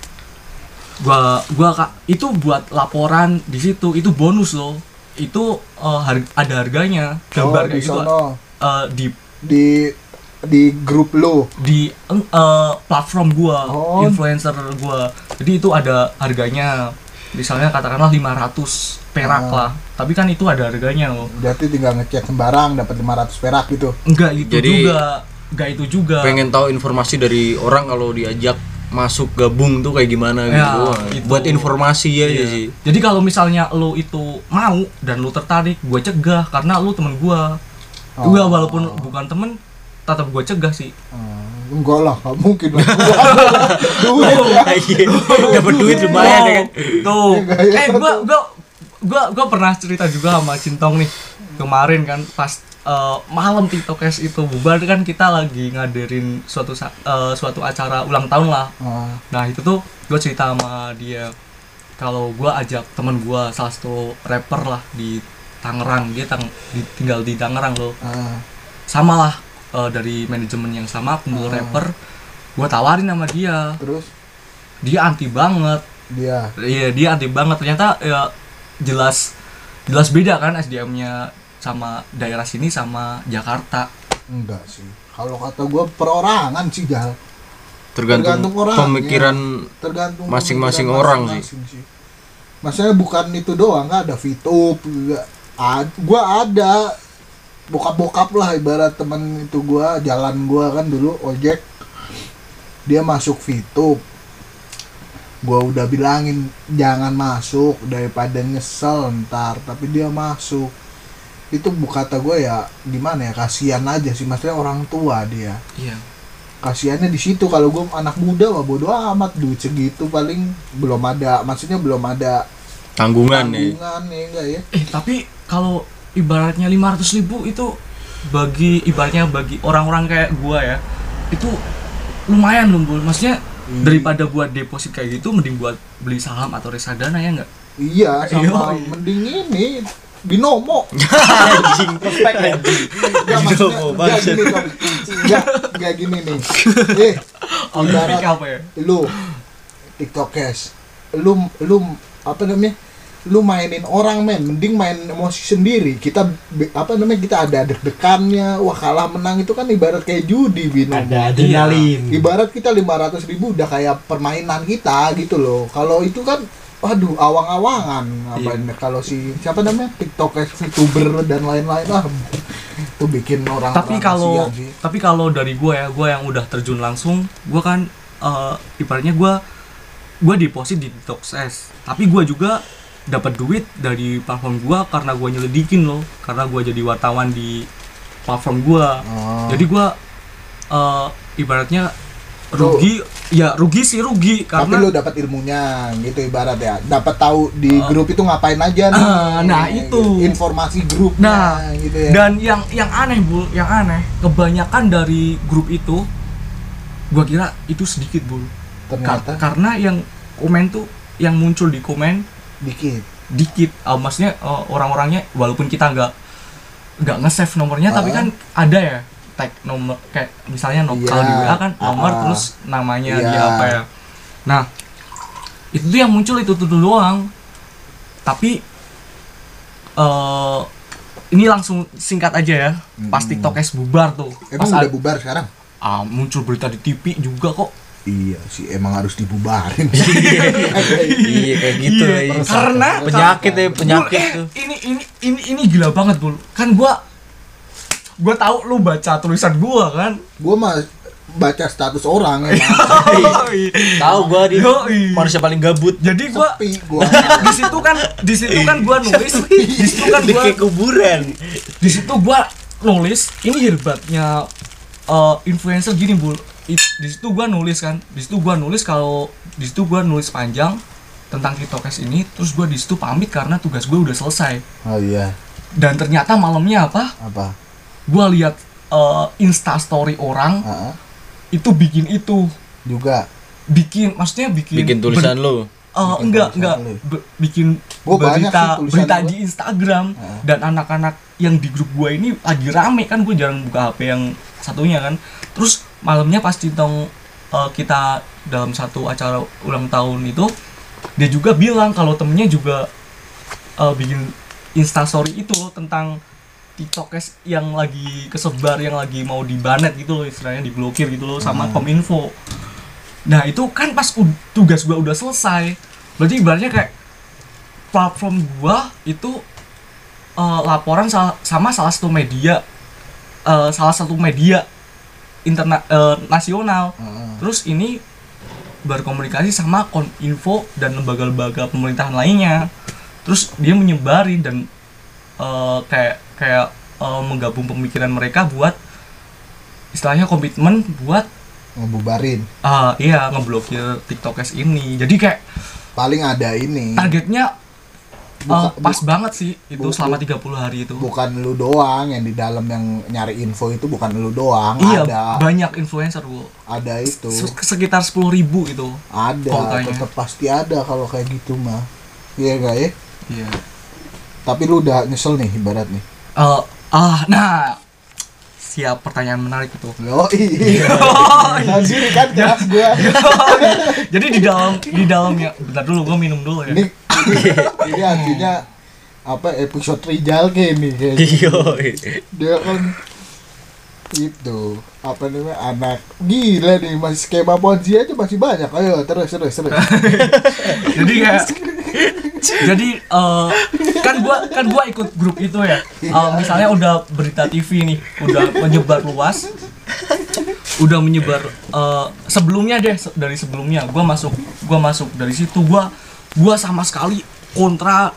[SPEAKER 3] gua gua Kak, itu buat laporan di situ, itu bonus loh. Itu eh, har- ada harganya. Gambar
[SPEAKER 2] oh,
[SPEAKER 3] kayak
[SPEAKER 2] di
[SPEAKER 3] gitu
[SPEAKER 2] sono
[SPEAKER 3] eh, di
[SPEAKER 2] di di grup lu.
[SPEAKER 3] di eh, platform gua,
[SPEAKER 2] Oh.
[SPEAKER 3] influencer gua. Jadi itu ada harganya. Misalnya katakanlah lima ratus perak
[SPEAKER 2] Ah.
[SPEAKER 3] lah. Tapi kan itu ada harganya loh.
[SPEAKER 2] Berarti tinggal ngechat sembarang dapat lima ratus perak gitu.
[SPEAKER 3] Enggak itu
[SPEAKER 1] Jadi,
[SPEAKER 3] juga. Enggak itu juga.
[SPEAKER 1] Pengen tahu informasi dari orang kalau diajak masuk gabung tuh kayak gimana
[SPEAKER 3] Ya,
[SPEAKER 1] gitu. Wah,
[SPEAKER 3] itu.
[SPEAKER 1] buat informasi aja
[SPEAKER 3] Iya.
[SPEAKER 1] sih.
[SPEAKER 3] Jadi kalau misalnya lu itu mau dan lu tertarik, gue cegah karena lu temen gue.
[SPEAKER 2] Oh.
[SPEAKER 3] Gua walaupun bukan temen, tetap gue cegah sih.
[SPEAKER 2] Hmm, enggak lah, nggak mungkin lah. Duit ya.
[SPEAKER 1] Iya, dapat duit lumayan ya kan.
[SPEAKER 3] Tuh.
[SPEAKER 2] Iya, iya.
[SPEAKER 3] Eh, gua gua gua gua pernah cerita juga sama Cintong nih. Kemarin kan pas eh, malam TikTokers itu bubar kan kita lagi ngadarin suatu sa- eh, suatu acara ulang tahun lah.
[SPEAKER 2] Ah,
[SPEAKER 3] Nah, itu tuh gue cerita sama dia kalau gue ajak temen gue salah satu rapper lah di Tangerang, dia tang di- tinggal di Tangerang loh.
[SPEAKER 2] ah,
[SPEAKER 3] Sama lah eh, dari manajemen yang sama, kumpul
[SPEAKER 2] Ah.
[SPEAKER 3] rapper. Gue tawarin sama dia,
[SPEAKER 2] terus
[SPEAKER 3] dia anti banget.
[SPEAKER 2] dia
[SPEAKER 3] Iya, dia anti banget. Ternyata ya jelas jelas beda kan S D M-nya sama daerah sini sama Jakarta.
[SPEAKER 2] enggak sih. Kalau kata gua perorangan sih, Jal.
[SPEAKER 1] Tergantung,
[SPEAKER 2] orangnya.
[SPEAKER 1] pemikiran
[SPEAKER 2] Tergantung
[SPEAKER 1] masing-masing
[SPEAKER 2] pemikiran
[SPEAKER 1] orang
[SPEAKER 2] masing-masing sih. Maksudnya bukan itu doang, kan ada VTube juga. Ad, gua ada bokap-bokap lah ibarat temen itu gua, jalan gua kan dulu ojek. Dia masuk VTube. Gua udah bilangin jangan masuk daripada nyesel ntar, tapi dia masuk. Itu bu kata gue ya gimana ya, kasihan aja sih, maksudnya orang tua dia.
[SPEAKER 3] Iya.
[SPEAKER 2] Kasihannya di situ. Kalau gue anak muda mah bodo amat, duit segitu paling belum ada, maksudnya belum ada
[SPEAKER 1] tanggungan nih.
[SPEAKER 2] tanggungan ya enggak ya.
[SPEAKER 3] Eh, tapi kalau ibaratnya lima ratus ribu itu bagi ibaratnya bagi orang-orang kayak gua ya, itu lumayan loh Bul. Maksudnya
[SPEAKER 2] Hmm.
[SPEAKER 3] daripada buat deposit kayak gitu mending buat beli saham atau reksadana ya enggak?
[SPEAKER 2] Iya, sama
[SPEAKER 3] Iya.
[SPEAKER 2] mending ini binomo.
[SPEAKER 4] Anjing prospek anjing.
[SPEAKER 2] Enggak maksudnya
[SPEAKER 1] Binomo,
[SPEAKER 2] enggak
[SPEAKER 1] bangset.
[SPEAKER 2] gini dong. Enggak, enggak gini nih. Eh,
[SPEAKER 3] Ibarat
[SPEAKER 2] ibarat
[SPEAKER 3] apa ya?
[SPEAKER 2] lu TikTok cash. Lu lu apa namanya? Lu mainin orang men, mending main emosi sendiri. Kita be- apa namanya? Kita ada deg-degannya. Wah, kalah menang itu kan ibarat kayak judi binomo.
[SPEAKER 4] Ada adrenalin.
[SPEAKER 2] Ibarat kita lima ratus ribu udah kayak permainan kita gitu loh. Kalau itu kan waduh awang-awangan apa
[SPEAKER 3] Iya.
[SPEAKER 2] ini, kalau si siapa namanya TikTok VTuber dan lain-lain lah itu bikin orang
[SPEAKER 3] Tapi kalau tapi kalau dari gue ya, gue yang udah terjun langsung, gue kan eh, ibaratnya gue gue deposit di TikTok Cash. Tapi gue juga dapat duit dari platform gue karena gue nyelidikin loh, karena gue jadi wartawan di platform gue.
[SPEAKER 2] Oh.
[SPEAKER 3] Jadi gue eh, ibaratnya rugi, ya rugi sih rugi
[SPEAKER 2] tapi
[SPEAKER 3] karena
[SPEAKER 2] lu dapat ilmunya gitu ibarat ya, dapat tahu di
[SPEAKER 3] Uh,
[SPEAKER 2] grup itu ngapain aja nih.
[SPEAKER 3] ah, nah, itu.
[SPEAKER 2] informasi grupnya
[SPEAKER 3] Nah,
[SPEAKER 2] gitu ya.
[SPEAKER 3] dan yang yang aneh Bul, yang aneh kebanyakan dari grup itu gue kira itu sedikit Bul. Kar-
[SPEAKER 2] ternyata
[SPEAKER 3] karena yang komen tuh yang muncul di komen
[SPEAKER 2] dikit.
[SPEAKER 3] dikit, uh, maksudnya uh, orang-orangnya walaupun kita nggak nggak nge-save nomornya, tapi
[SPEAKER 2] Ah.
[SPEAKER 3] kan ada ya tag nomor kayak misalnya no,
[SPEAKER 2] Iya.
[SPEAKER 3] kalau di W A kan nomor
[SPEAKER 2] Ah.
[SPEAKER 3] terus namanya
[SPEAKER 2] Iya.
[SPEAKER 3] dia apa ya. Nah itu tuh yang muncul itu tuh doang. Tapi uh, ini langsung singkat aja ya. Pas
[SPEAKER 2] Hmm.
[SPEAKER 3] TikTok es bubar tuh.
[SPEAKER 2] Emang
[SPEAKER 3] Pas
[SPEAKER 2] udah
[SPEAKER 3] ad-
[SPEAKER 2] bubar sekarang?
[SPEAKER 3] ah, muncul berita di T V juga kok.
[SPEAKER 2] Iya sih, emang harus dibubarin.
[SPEAKER 1] Iya kayak gitu
[SPEAKER 3] Iya,
[SPEAKER 1] ya.
[SPEAKER 3] karena
[SPEAKER 1] penyakit ya penyakit
[SPEAKER 3] Bul, eh,
[SPEAKER 1] tuh.
[SPEAKER 3] ini ini ini ini gila banget Bul. Kan gua gua tahu lu baca tulisan gua kan.
[SPEAKER 2] Gua mah baca status orang emang.
[SPEAKER 1] Tahu gua di
[SPEAKER 3] Yoi.
[SPEAKER 1] manusia paling gabut.
[SPEAKER 3] Jadi gua
[SPEAKER 2] Sepi gua.
[SPEAKER 3] di situ kan di situ kan gua nulis di situ kan
[SPEAKER 1] Di
[SPEAKER 3] gua
[SPEAKER 1] kayak kuburan.
[SPEAKER 3] di situ gua nulis ini hebatnya eh, influencer gini Bul. It, di situ gua nulis kan di situ gua nulis kalau di situ gua nulis panjang tentang TikTokers ini, terus gua di situ pamit karena tugas gua udah selesai.
[SPEAKER 2] Oh iya,
[SPEAKER 3] Dan ternyata malamnya apa
[SPEAKER 2] apa?
[SPEAKER 3] gua lihat eh, Insta story orang
[SPEAKER 2] Heeh.
[SPEAKER 3] itu bikin itu
[SPEAKER 2] Juga.
[SPEAKER 3] bikin maksudnya bikin
[SPEAKER 1] Bikin tulisan
[SPEAKER 3] ber-
[SPEAKER 1] lu.
[SPEAKER 3] eh,
[SPEAKER 2] Bikin
[SPEAKER 3] enggak
[SPEAKER 2] tulisan
[SPEAKER 3] enggak
[SPEAKER 2] lu.
[SPEAKER 3] be- bikin
[SPEAKER 2] Gua banyak
[SPEAKER 3] berita
[SPEAKER 2] sih tulisan
[SPEAKER 3] berita
[SPEAKER 2] gua.
[SPEAKER 3] di Instagram.
[SPEAKER 2] Heeh.
[SPEAKER 3] Dan anak-anak yang di grup gua ini lagi rame kan, gue jarang buka H P yang satunya kan. Terus malamnya pas Cintong eh, kita dalam satu acara ulang tahun itu, dia juga bilang kalau temennya juga eh, bikin instastory itu loh tentang TikTokers yang lagi kesebar, yang lagi mau dibanet gitu loh, istilahnya diblokir gitu loh sama
[SPEAKER 2] Hmm.
[SPEAKER 3] Kominfo. Nah itu kan pas u- tugas gua udah selesai, berarti ibaratnya kayak platform gua itu eh, laporan sal- sama salah satu media, eh, salah satu media interna eh, nasional.
[SPEAKER 2] Heeh.
[SPEAKER 3] Terus ini berkomunikasi sama Kominfo dan lembaga-lembaga pemerintahan lainnya. Terus dia menyebarin dan eh, kayak kayak eh, menggabung pemikiran mereka buat istilahnya komitmen buat
[SPEAKER 2] Ngebubarin.
[SPEAKER 3] eh, iya ngeblokir TikTokers ini. Jadi kayak
[SPEAKER 2] Paling ada ini.
[SPEAKER 3] targetnya eh,
[SPEAKER 2] Buka-
[SPEAKER 3] pas
[SPEAKER 2] bu-
[SPEAKER 3] banget sih itu
[SPEAKER 2] bu-
[SPEAKER 3] selama
[SPEAKER 2] bu-
[SPEAKER 3] tiga puluh hari itu.
[SPEAKER 2] Bukan lu doang yang di dalam yang nyari info itu, bukan lu doang.
[SPEAKER 3] Iya,
[SPEAKER 2] Ada
[SPEAKER 3] banyak influencer gua.
[SPEAKER 2] ada itu.
[SPEAKER 3] Se- Sekitar sepuluh ribu itu.
[SPEAKER 2] Ada,
[SPEAKER 3] Kotanya.
[SPEAKER 2] tetap pasti ada kalau kayak gitu mah. Iya enggak ya?
[SPEAKER 3] Iya.
[SPEAKER 2] Tapi lu udah nyesel nih ibarat nih.
[SPEAKER 3] Eh, ah, nah, siap pertanyaan menarik itu.
[SPEAKER 2] Oh iya. Anjir kan kelas gua.
[SPEAKER 3] Jadi di dalam di dalamnya, bentar dulu gua minum dulu ya.
[SPEAKER 2] Ini ini artinya apa episode Rijal kayak nih kayaknya.
[SPEAKER 1] Iya.
[SPEAKER 2] Dia kan itu apa namanya anak gila nih, masih skema Ponzi aja masih banyak. Ayo terus terus terus.
[SPEAKER 3] Jadi kayak jadi eh, kan gua kan gua ikut grup itu ya. Eh, misalnya udah berita T V nih, udah menyebar luas. Udah menyebar eh, sebelumnya deh se- dari sebelumnya gua masuk gua masuk dari situ gua gua sama sekali kontra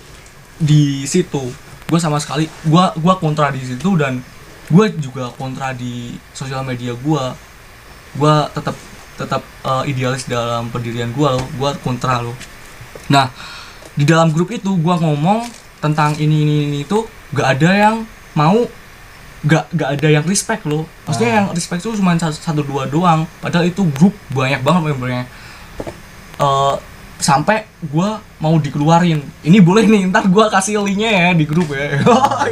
[SPEAKER 3] di situ. Gua sama sekali gua gua kontra di situ dan gua juga kontra di sosial media gua. Gua tetap tetap eh, idealis dalam pendirian gua loh. Gua kontra loh. Nah, di dalam grup itu gua ngomong tentang ini ini ini itu gak ada yang mau nggak nggak ada yang respect loh. Maksudnya
[SPEAKER 2] Ah.
[SPEAKER 3] yang respect tuh cuma satu, satu dua doang. Padahal itu grup banyak banget membernya. Eh sampai gua mau dikeluarin. Ini boleh nih, ntar gua kasih linknya ya di grup ya.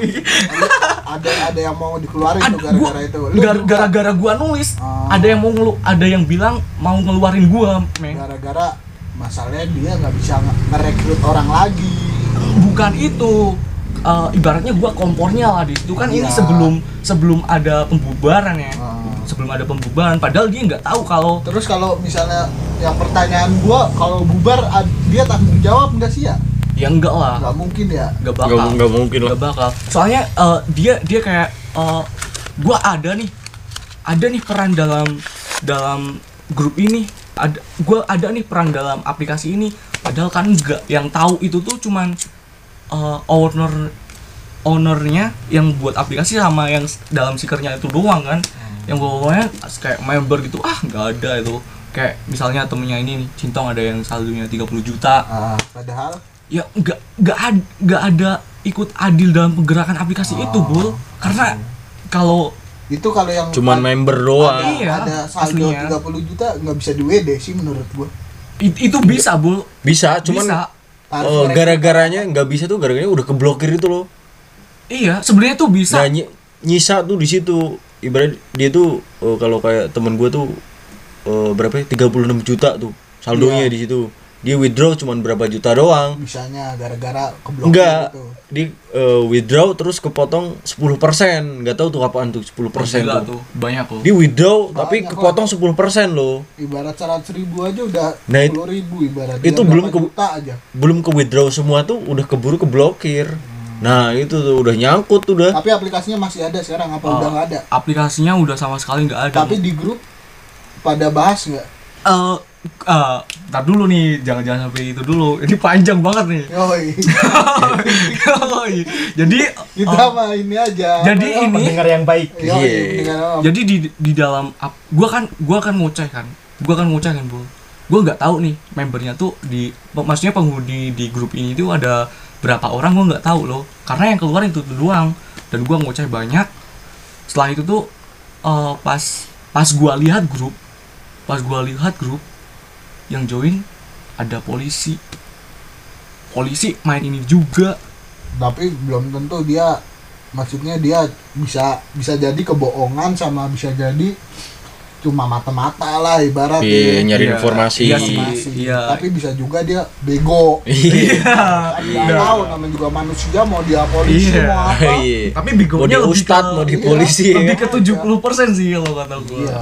[SPEAKER 2] ada ada yang mau dikeluarin
[SPEAKER 3] Ad-
[SPEAKER 2] tuh gara-gara
[SPEAKER 3] gua-
[SPEAKER 2] itu. Lu
[SPEAKER 3] gar-
[SPEAKER 2] juga
[SPEAKER 3] gara-gara gua nulis,
[SPEAKER 2] Ah.
[SPEAKER 3] ada yang mau ngelu, ada yang bilang mau ngeluarin gua, men.
[SPEAKER 2] gara-gara masalahnya dia nggak bisa nge- ngerekrut orang lagi.
[SPEAKER 3] Bukan itu. Eh, ibaratnya gua kompornya lah di situ kan. Ini
[SPEAKER 2] Iya.
[SPEAKER 3] sebelum sebelum ada pembubaran ya.
[SPEAKER 2] Ah.
[SPEAKER 3] Sebelum ada pembubaran, padahal dia nggak tahu kalau
[SPEAKER 2] Terus kalau misalnya yang pertanyaan gua kalau bubar ad- dia tanggung jawab nggak sih ya?
[SPEAKER 3] ya enggak lah,
[SPEAKER 2] Nggak mungkin ya.
[SPEAKER 3] nggak bakal.
[SPEAKER 1] Nggak, nggak mungkin lah.
[SPEAKER 3] Nggak bakal. Soalnya eh, dia dia kayak eh, gua ada nih, ada nih peran dalam dalam grup ini. Ada gua ada nih peran dalam aplikasi ini. Padahal kan enggak, yang tahu itu tuh cuman eh, owner ownernya yang buat aplikasi sama yang s- dalam stikernya itu doang kan. Yang bawahnya kayak member gitu, ah nggak ada itu. Kayak misalnya temennya ini nih, Cintong ada yang saldonya tiga puluh juta.
[SPEAKER 2] Ah, padahal
[SPEAKER 3] Ya nggak nggak ada nggak ada ikut adil dalam pergerakan aplikasi
[SPEAKER 2] Oh,
[SPEAKER 3] itu, Bul. Karena kalau
[SPEAKER 2] itu kalau yang
[SPEAKER 1] Cuman
[SPEAKER 2] ad-
[SPEAKER 1] member doang.
[SPEAKER 2] ada,
[SPEAKER 3] Iya,
[SPEAKER 2] ada saldo
[SPEAKER 3] aslinya.
[SPEAKER 2] tiga puluh juta nggak bisa di W D sih menurut gua.
[SPEAKER 3] it- itu bisa, Bul.
[SPEAKER 1] Bisa, cuman
[SPEAKER 3] Bisa.
[SPEAKER 2] Harus
[SPEAKER 1] eh,
[SPEAKER 2] ngerekrut
[SPEAKER 1] gara-garanya nggak bisa tuh gara-garanya udah keblokir itu loh.
[SPEAKER 3] Iya, sebenarnya tuh bisa.
[SPEAKER 1] Nah, ny- nyisa tuh di situ. Ibarat dia tuh eh, kalau kayak temen gue tuh eh, berapa ya? tiga puluh enam juta tuh saldonya
[SPEAKER 2] Iya.
[SPEAKER 1] di situ. Dia withdraw cuman berapa juta doang.
[SPEAKER 2] bisanya gara-gara keblokir
[SPEAKER 1] Enggak,
[SPEAKER 2] gitu.
[SPEAKER 1] di eh, withdraw terus kepotong sepuluh persen. Enggak tahu tuh kapan tuh sepuluh persen
[SPEAKER 3] Gila
[SPEAKER 1] tuh.
[SPEAKER 3] tuh, banyak loh.
[SPEAKER 1] Di withdraw tapi
[SPEAKER 2] Banyak
[SPEAKER 1] kepotong sepuluh persen loh.
[SPEAKER 2] Ibarat seratus ribu aja udah
[SPEAKER 1] Nah, it-
[SPEAKER 2] sepuluh ribu ibarat
[SPEAKER 1] itu
[SPEAKER 2] dia
[SPEAKER 1] belum
[SPEAKER 2] berapa
[SPEAKER 1] ke-
[SPEAKER 2] juta aja.
[SPEAKER 1] Belum ke withdraw semua tuh udah keburu keblokir. Nah, itu tuh udah nyangkut tuh udah.
[SPEAKER 2] Tapi aplikasinya masih ada sekarang apa
[SPEAKER 3] Oh,
[SPEAKER 2] udah nggak ada?
[SPEAKER 3] aplikasinya udah sama sekali nggak ada.
[SPEAKER 2] Tapi di grup pada bahas nggak?
[SPEAKER 3] eh eh, ntar dulu nih, jangan-jangan sampai itu dulu. Ini panjang banget nih.
[SPEAKER 2] Yoi.
[SPEAKER 3] Yoi. Jadi
[SPEAKER 2] Kita
[SPEAKER 3] eh,
[SPEAKER 2] mah ini aja.
[SPEAKER 3] jadi
[SPEAKER 2] Apa
[SPEAKER 3] ini
[SPEAKER 4] Pendengar yang baik.
[SPEAKER 2] ya? Yoi,
[SPEAKER 1] Iya.
[SPEAKER 2] dengan apa?
[SPEAKER 3] jadi di di dalam ap, gua kan gua kan ngoceh kan gua kan ngoceh kan Bu, gua nggak tahu nih membernya tuh di maksudnya penghuni di grup ini tuh ada berapa orang, gua nggak tahu loh, karena yang keluar itu tuh doang. Dan gua ngoceh banyak. Setelah itu tuh eh, pas pas gua lihat grup pas gua lihat grup yang join ada polisi polisi main ini juga.
[SPEAKER 2] Tapi belum tentu dia, maksudnya dia bisa bisa jadi kebohongan sama bisa jadi cuma mata-mata lah ibarat
[SPEAKER 1] Iya,
[SPEAKER 2] ya.
[SPEAKER 1] nyari
[SPEAKER 3] Iya,
[SPEAKER 1] informasi.
[SPEAKER 3] iya
[SPEAKER 2] Informasi.
[SPEAKER 3] Iya.
[SPEAKER 2] Tapi bisa juga dia bego.
[SPEAKER 1] Iya.
[SPEAKER 2] Kan nggak tahu, namanya juga manusia, mau dia polisi
[SPEAKER 3] Iya.
[SPEAKER 2] mau apa.
[SPEAKER 1] Iya.
[SPEAKER 3] Tapi
[SPEAKER 1] Mau
[SPEAKER 3] begonya
[SPEAKER 1] di
[SPEAKER 3] lebih
[SPEAKER 1] ustad,
[SPEAKER 3] ke-
[SPEAKER 1] mau di
[SPEAKER 2] iya,
[SPEAKER 1] polisi.
[SPEAKER 3] lebih
[SPEAKER 1] ya.
[SPEAKER 3] ke tujuh puluh persen sih kalau kata gua.
[SPEAKER 2] Iya.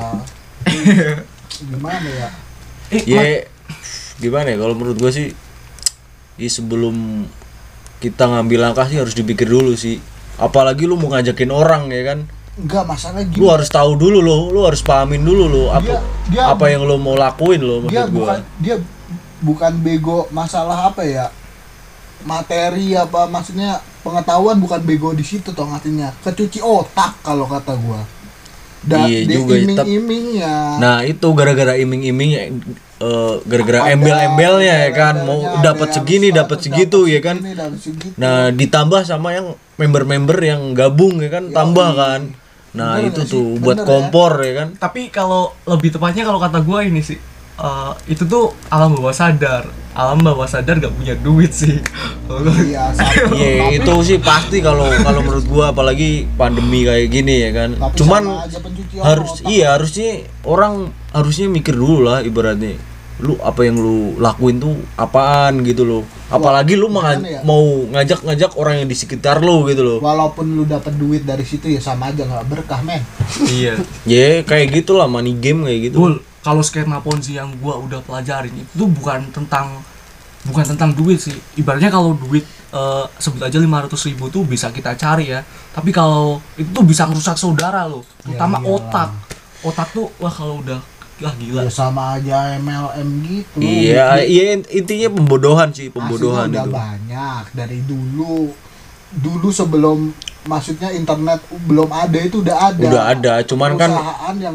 [SPEAKER 2] Gimana ya?
[SPEAKER 3] Eh,
[SPEAKER 1] Ya
[SPEAKER 3] Mat,
[SPEAKER 1] gimana ya kalau menurut gua sih, ya sebelum kita ngambil langkah sih harus dipikir dulu sih. Apalagi lu mau ngajakin orang ya kan.
[SPEAKER 2] Enggak, masalah gini.
[SPEAKER 1] Lu harus tahu dulu lo, lu harus pahamin dulu lo apa
[SPEAKER 2] Dia- dia-
[SPEAKER 1] apa yang lo mau lakuin lo
[SPEAKER 2] dia
[SPEAKER 1] maksud
[SPEAKER 2] bukan
[SPEAKER 1] gua.
[SPEAKER 2] dia bukan bego masalah apa ya, materi apa, maksudnya pengetahuan bukan bego di situ toh, artinya kecuci otak kalau kata gua. Da,
[SPEAKER 1] Iya
[SPEAKER 2] di
[SPEAKER 1] juga, tap-
[SPEAKER 2] iming-imingnya.
[SPEAKER 1] Nah, itu gara-gara iming-iming eh, gara-gara
[SPEAKER 2] Ada
[SPEAKER 1] embel-embelnya ya kan, mau
[SPEAKER 2] embel-embelnya,
[SPEAKER 1] dapat
[SPEAKER 2] ada yang
[SPEAKER 1] segini,
[SPEAKER 2] status
[SPEAKER 1] dapat segitu
[SPEAKER 2] dapat
[SPEAKER 1] ya kan.
[SPEAKER 2] segini, dapat segitu.
[SPEAKER 1] Nah, ditambah sama yang member-member yang gabung ya kan,
[SPEAKER 2] Yoi.
[SPEAKER 1] tambah kan. Nah,
[SPEAKER 2] Bener
[SPEAKER 1] itu
[SPEAKER 2] nggak
[SPEAKER 1] tuh
[SPEAKER 2] sih?
[SPEAKER 1] buat
[SPEAKER 2] Bener ya?
[SPEAKER 1] kompor ya kan.
[SPEAKER 3] tapi kalau lebih tepatnya kalau kata gua ini sih, eh, itu tuh alam bawah sadar. Alam bawah sadar gak punya duit sih.
[SPEAKER 2] Iya, sama.
[SPEAKER 1] Iya,
[SPEAKER 2] Tapi-
[SPEAKER 1] itu sih pasti kalau kalau menurut gua apalagi pandemi kayak gini ya kan.
[SPEAKER 2] tapi
[SPEAKER 1] Cuman
[SPEAKER 2] sama aja pencucian
[SPEAKER 1] harus
[SPEAKER 2] otak.
[SPEAKER 1] iya harusnya orang harusnya mikir dulu lah ibaratnya. Lu apa yang lu lakuin tuh apaan gitu loh. Apalagi lu
[SPEAKER 2] gimana
[SPEAKER 1] menga-
[SPEAKER 2] ya?
[SPEAKER 1] mau ngajak-ngajak orang yang di sekitar lu gitu loh.
[SPEAKER 2] Walaupun lu dapat duit dari situ ya sama aja nggak berkah, men.
[SPEAKER 3] Iya.
[SPEAKER 1] Ya kayak gitulah money game kayak gitu.
[SPEAKER 3] Bul, kalau skema Ponzi yang gua udah pelajarin itu tuh bukan tentang bukan tentang duit sih. Ibaratnya kalau duit eh, sebut aja lima ratus ribu tuh bisa kita cari ya. Tapi kalau itu tuh bisa merusak saudara loh, terutama
[SPEAKER 2] iyalah.
[SPEAKER 3] otak. Otak tuh wah kalau udah lah gila.
[SPEAKER 2] Ya sama aja M L M gitu.
[SPEAKER 1] Iya, iya intinya pembodohan sih, pembodohan
[SPEAKER 2] Aslinya udah
[SPEAKER 1] itu.
[SPEAKER 2] banyak dari dulu. Dulu sebelum maksudnya internet belum ada itu udah ada.
[SPEAKER 1] Udah ada, cuman kan-
[SPEAKER 2] perusahaan yang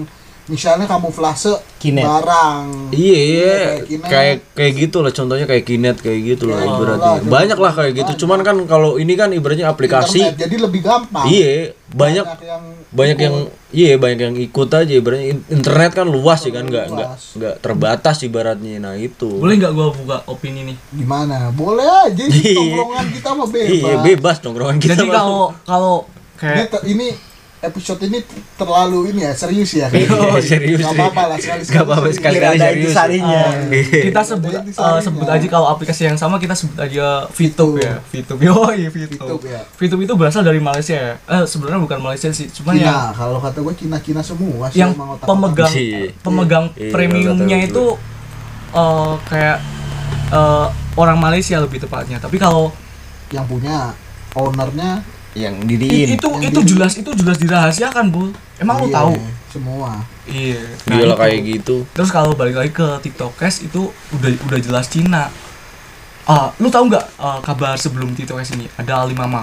[SPEAKER 2] misalnya kamuflase
[SPEAKER 4] Kinet.
[SPEAKER 2] barang.
[SPEAKER 1] Iya, iya.
[SPEAKER 2] Kinet.
[SPEAKER 1] kayak kayak gitu lah contohnya kayak Kinet kayak gitu lah
[SPEAKER 2] Ya,
[SPEAKER 1] ibaratnya.
[SPEAKER 2] lah,
[SPEAKER 1] Banyak lah kayak gitu.
[SPEAKER 2] banyak.
[SPEAKER 1] Cuman kan kalau ini kan ibaratnya aplikasi.
[SPEAKER 2] Internet, jadi lebih gampang.
[SPEAKER 1] Iya, banyak
[SPEAKER 2] yang
[SPEAKER 1] banyak yang iya banyak yang ikut aja ibaratnya In- internet kan luas sih kan nggak nggak
[SPEAKER 2] Luas.
[SPEAKER 1] nggak terbatas ibaratnya. Nah itu.
[SPEAKER 3] Boleh nggak gua buka opini nih?
[SPEAKER 2] gimana? Boleh aja, ini
[SPEAKER 1] Iya.
[SPEAKER 2] tongkrongan kita mah bebas.
[SPEAKER 1] Iya bebas nongkrongan kita.
[SPEAKER 3] Jadi
[SPEAKER 1] mah.
[SPEAKER 3] kalau kalau
[SPEAKER 2] Ini,
[SPEAKER 3] kayak
[SPEAKER 2] te- ini episode ini terlalu ini ya serius ya.
[SPEAKER 1] Iya, serius.
[SPEAKER 2] Gak apa-apa lah sekali
[SPEAKER 1] Gak apa-apa sekali-kali
[SPEAKER 4] Ada
[SPEAKER 1] serius.
[SPEAKER 4] intisarinya.
[SPEAKER 1] Iya.
[SPEAKER 3] kita sebut
[SPEAKER 2] Ada
[SPEAKER 3] eh,
[SPEAKER 2] intisarinya.
[SPEAKER 3] sebut aja kalau aplikasi yang sama kita sebut aja VTube ya. VTube. Yoi, VTube.
[SPEAKER 2] VTube, ya.
[SPEAKER 3] VTube itu berasal dari Malaysia ya. Eh sebenarnya bukan Malaysia sih, cuman yang
[SPEAKER 2] Cina, kalau kata gue Cina-Cina semua sih
[SPEAKER 3] yang
[SPEAKER 2] emang otak-otak.
[SPEAKER 3] pemegang
[SPEAKER 1] Iya.
[SPEAKER 3] pemegang
[SPEAKER 1] Iya,
[SPEAKER 3] premiumnya
[SPEAKER 1] kata
[SPEAKER 3] itu eh, kayak eh, orang Malaysia lebih tepatnya. Tapi kalau
[SPEAKER 2] yang punya ownernya
[SPEAKER 1] Yang
[SPEAKER 3] i-
[SPEAKER 1] didiin.
[SPEAKER 3] itu
[SPEAKER 2] Yang
[SPEAKER 3] itu
[SPEAKER 2] di-
[SPEAKER 3] jelas itu jelas dirahasiakan, Bu. Emang lu
[SPEAKER 2] iya,
[SPEAKER 3] tahu?
[SPEAKER 2] semua.
[SPEAKER 3] Iya.
[SPEAKER 1] Dia lah
[SPEAKER 3] itu.
[SPEAKER 1] kayak gitu.
[SPEAKER 3] Terus kalau balik lagi ke TikTokers itu udah udah jelas Cina. Ah, lu tahu nggak eh, kabar sebelum TikTokers ini ada Alimama?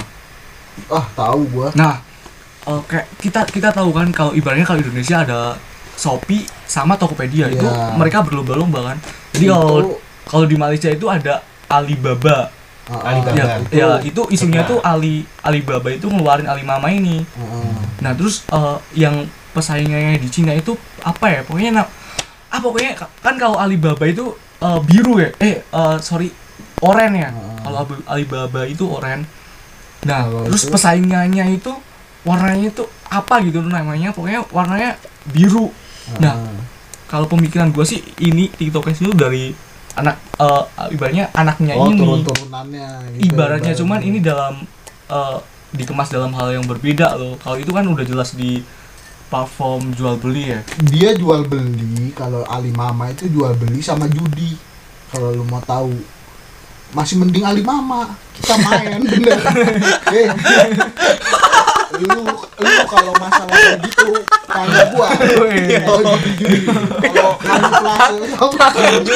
[SPEAKER 2] Ah, tahu gua.
[SPEAKER 3] Nah, eh, kayak kita kita tahu kan kalau ibaratnya kalau Indonesia ada Shopee sama Tokopedia itu
[SPEAKER 2] Iya.
[SPEAKER 3] mereka berlomba-lomba kan. Jadi kalau kalau di Malaysia itu ada Alibaba.
[SPEAKER 2] Ah,
[SPEAKER 4] Alibaba.
[SPEAKER 3] Ya,
[SPEAKER 2] itu.
[SPEAKER 3] ya itu isunya
[SPEAKER 4] Nah.
[SPEAKER 3] tuh Ali Alibaba itu ngeluarin Alimama ini.
[SPEAKER 2] Heeh.
[SPEAKER 3] Nah, terus eh, yang pesaingnya di Cina itu apa ya? Pokoknya na- ah pokoknya ka- kan kalau Alibaba itu eh, biru ya. Eh eh, sorry, oranye ya.
[SPEAKER 2] Heeh.
[SPEAKER 3] Kalau Abi- Alibaba itu oranye. Nah,
[SPEAKER 2] Kalau
[SPEAKER 3] terus
[SPEAKER 2] itu-
[SPEAKER 3] pesaingannya itu warnanya itu apa gitu namanya? Pokoknya warnanya biru. Nah,
[SPEAKER 2] Heeh.
[SPEAKER 3] kalau pemikiran gua sih ini TikTokers itu dari anak eh, ibaratnya anaknya
[SPEAKER 2] oh,
[SPEAKER 3] ini.
[SPEAKER 2] turun-turunannya gitu,
[SPEAKER 3] Ibaratnya cuman
[SPEAKER 2] ibaratnya.
[SPEAKER 3] ini dalam eh, dikemas dalam hal yang berbeda loh. Kalau itu kan udah jelas di platform jual beli ya.
[SPEAKER 2] dia jual beli. Kalau Alimama itu jual beli sama judi. Kalau lu mau tahu, masih mending Alimama kita main bener. eh, lu lu kalau masalah kayak gitu tanya gua. Kalau judi-judi, kalau kamuflase,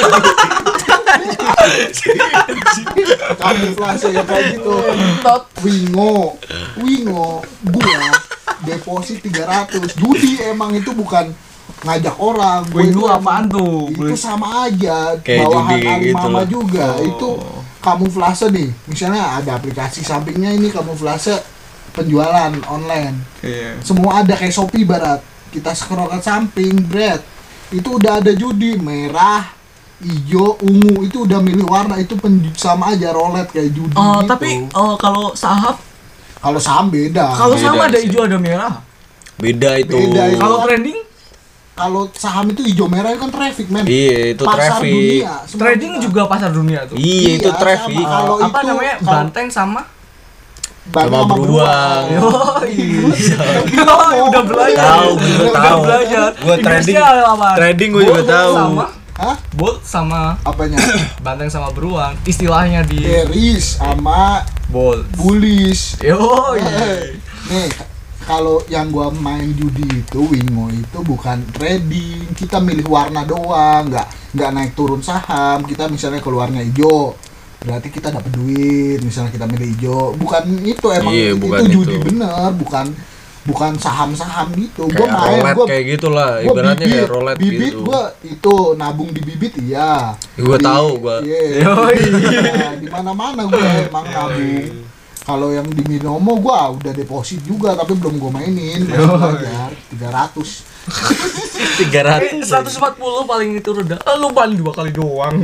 [SPEAKER 2] kamuflase ya kayak gitu. Wingo, Wingo, gua deposit tiga ratus. Judi emang itu bukan ngajak orang. Gua
[SPEAKER 3] Wingo
[SPEAKER 2] itu
[SPEAKER 3] apaan
[SPEAKER 2] emang-
[SPEAKER 3] tuh?
[SPEAKER 2] Itu sama aja.
[SPEAKER 1] Kayak
[SPEAKER 2] Bawahan
[SPEAKER 1] judi gitu
[SPEAKER 2] Alimama
[SPEAKER 1] lah.
[SPEAKER 2] juga.
[SPEAKER 3] Oh.
[SPEAKER 2] Itu kamuflase nih. Misalnya ada aplikasi sampingnya ini kamuflase penjualan online.
[SPEAKER 3] Iya.
[SPEAKER 2] Semua ada kayak Shopee barat. Kita scroll ke samping, bread. Itu udah ada judi merah, hijau, ungu. Itu udah milih warna. Itu pen- sama aja roulette kayak judi
[SPEAKER 3] Oh,
[SPEAKER 2] gitu.
[SPEAKER 3] tapi eh, kalau saham,
[SPEAKER 2] Kalau saham beda.
[SPEAKER 3] kalau
[SPEAKER 1] beda
[SPEAKER 3] saham ada
[SPEAKER 1] sih.
[SPEAKER 3] hijau ada merah.
[SPEAKER 1] Beda itu.
[SPEAKER 2] Beda itu.
[SPEAKER 3] Kalau trending,
[SPEAKER 2] Kalau saham itu hijau merah itu kan traffic, men.
[SPEAKER 1] Iya, itu
[SPEAKER 2] Pasar
[SPEAKER 1] traffic.
[SPEAKER 2] dunia. semua
[SPEAKER 3] trading
[SPEAKER 2] kita-
[SPEAKER 3] juga pasar dunia tuh.
[SPEAKER 1] Iya, itu
[SPEAKER 2] Iya,
[SPEAKER 1] traffic.
[SPEAKER 2] sama. Kalau
[SPEAKER 3] apa
[SPEAKER 2] itu-
[SPEAKER 3] namanya?
[SPEAKER 2] kalau-
[SPEAKER 3] Banteng sama
[SPEAKER 2] Banteng
[SPEAKER 1] sama beruang.
[SPEAKER 3] Yoi. Yoi, udah belajar.
[SPEAKER 1] Tahu, gua juga
[SPEAKER 3] Udah
[SPEAKER 1] tahu.
[SPEAKER 3] belajar.
[SPEAKER 1] Gua trading-
[SPEAKER 3] Inggrisnya apa?
[SPEAKER 1] trading gua juga
[SPEAKER 3] Bolt
[SPEAKER 1] tahu.
[SPEAKER 3] Sama
[SPEAKER 2] Hah?
[SPEAKER 3] bolt sama
[SPEAKER 2] Apanya?
[SPEAKER 3] banteng sama beruang. Istilahnya di
[SPEAKER 2] Bearish sama
[SPEAKER 3] bolt.
[SPEAKER 2] bullish.
[SPEAKER 3] Yoi.
[SPEAKER 2] Eh, Nih, kalau yang gua main judi itu Wingo itu bukan trading, kita milih warna doang, nggak nggak naik turun saham. Kita misalnya keluarnya hijau, berarti kita dapat duit. Misalnya kita milih hijau, bukan itu emang
[SPEAKER 1] Iya,
[SPEAKER 2] itu
[SPEAKER 1] bukan
[SPEAKER 2] judi
[SPEAKER 1] itu.
[SPEAKER 2] bener, bukan bukan saham-saham gitu. Gua
[SPEAKER 1] Kayak
[SPEAKER 2] main,
[SPEAKER 1] roulette
[SPEAKER 2] gua
[SPEAKER 1] kayak gitulah,
[SPEAKER 2] gua
[SPEAKER 1] ibaratnya
[SPEAKER 2] bibit,
[SPEAKER 1] kayak roulette
[SPEAKER 2] bibit
[SPEAKER 1] gitu.
[SPEAKER 2] gua itu nabung di bibit iya.
[SPEAKER 1] Gua
[SPEAKER 2] Di-
[SPEAKER 1] tahu, gua.
[SPEAKER 2] Iya.
[SPEAKER 3] Yoi.
[SPEAKER 2] Iya, di mana-mana gua emang nabung. Kalau yang di Binomo gua udah deposit juga tapi belum gua mainin, masih belajar tiga ratus.
[SPEAKER 1] tiga
[SPEAKER 3] Eh,
[SPEAKER 1] ratus.
[SPEAKER 3] seratus empat puluh paling itu rendah. Eh, lu paling dua kali doang.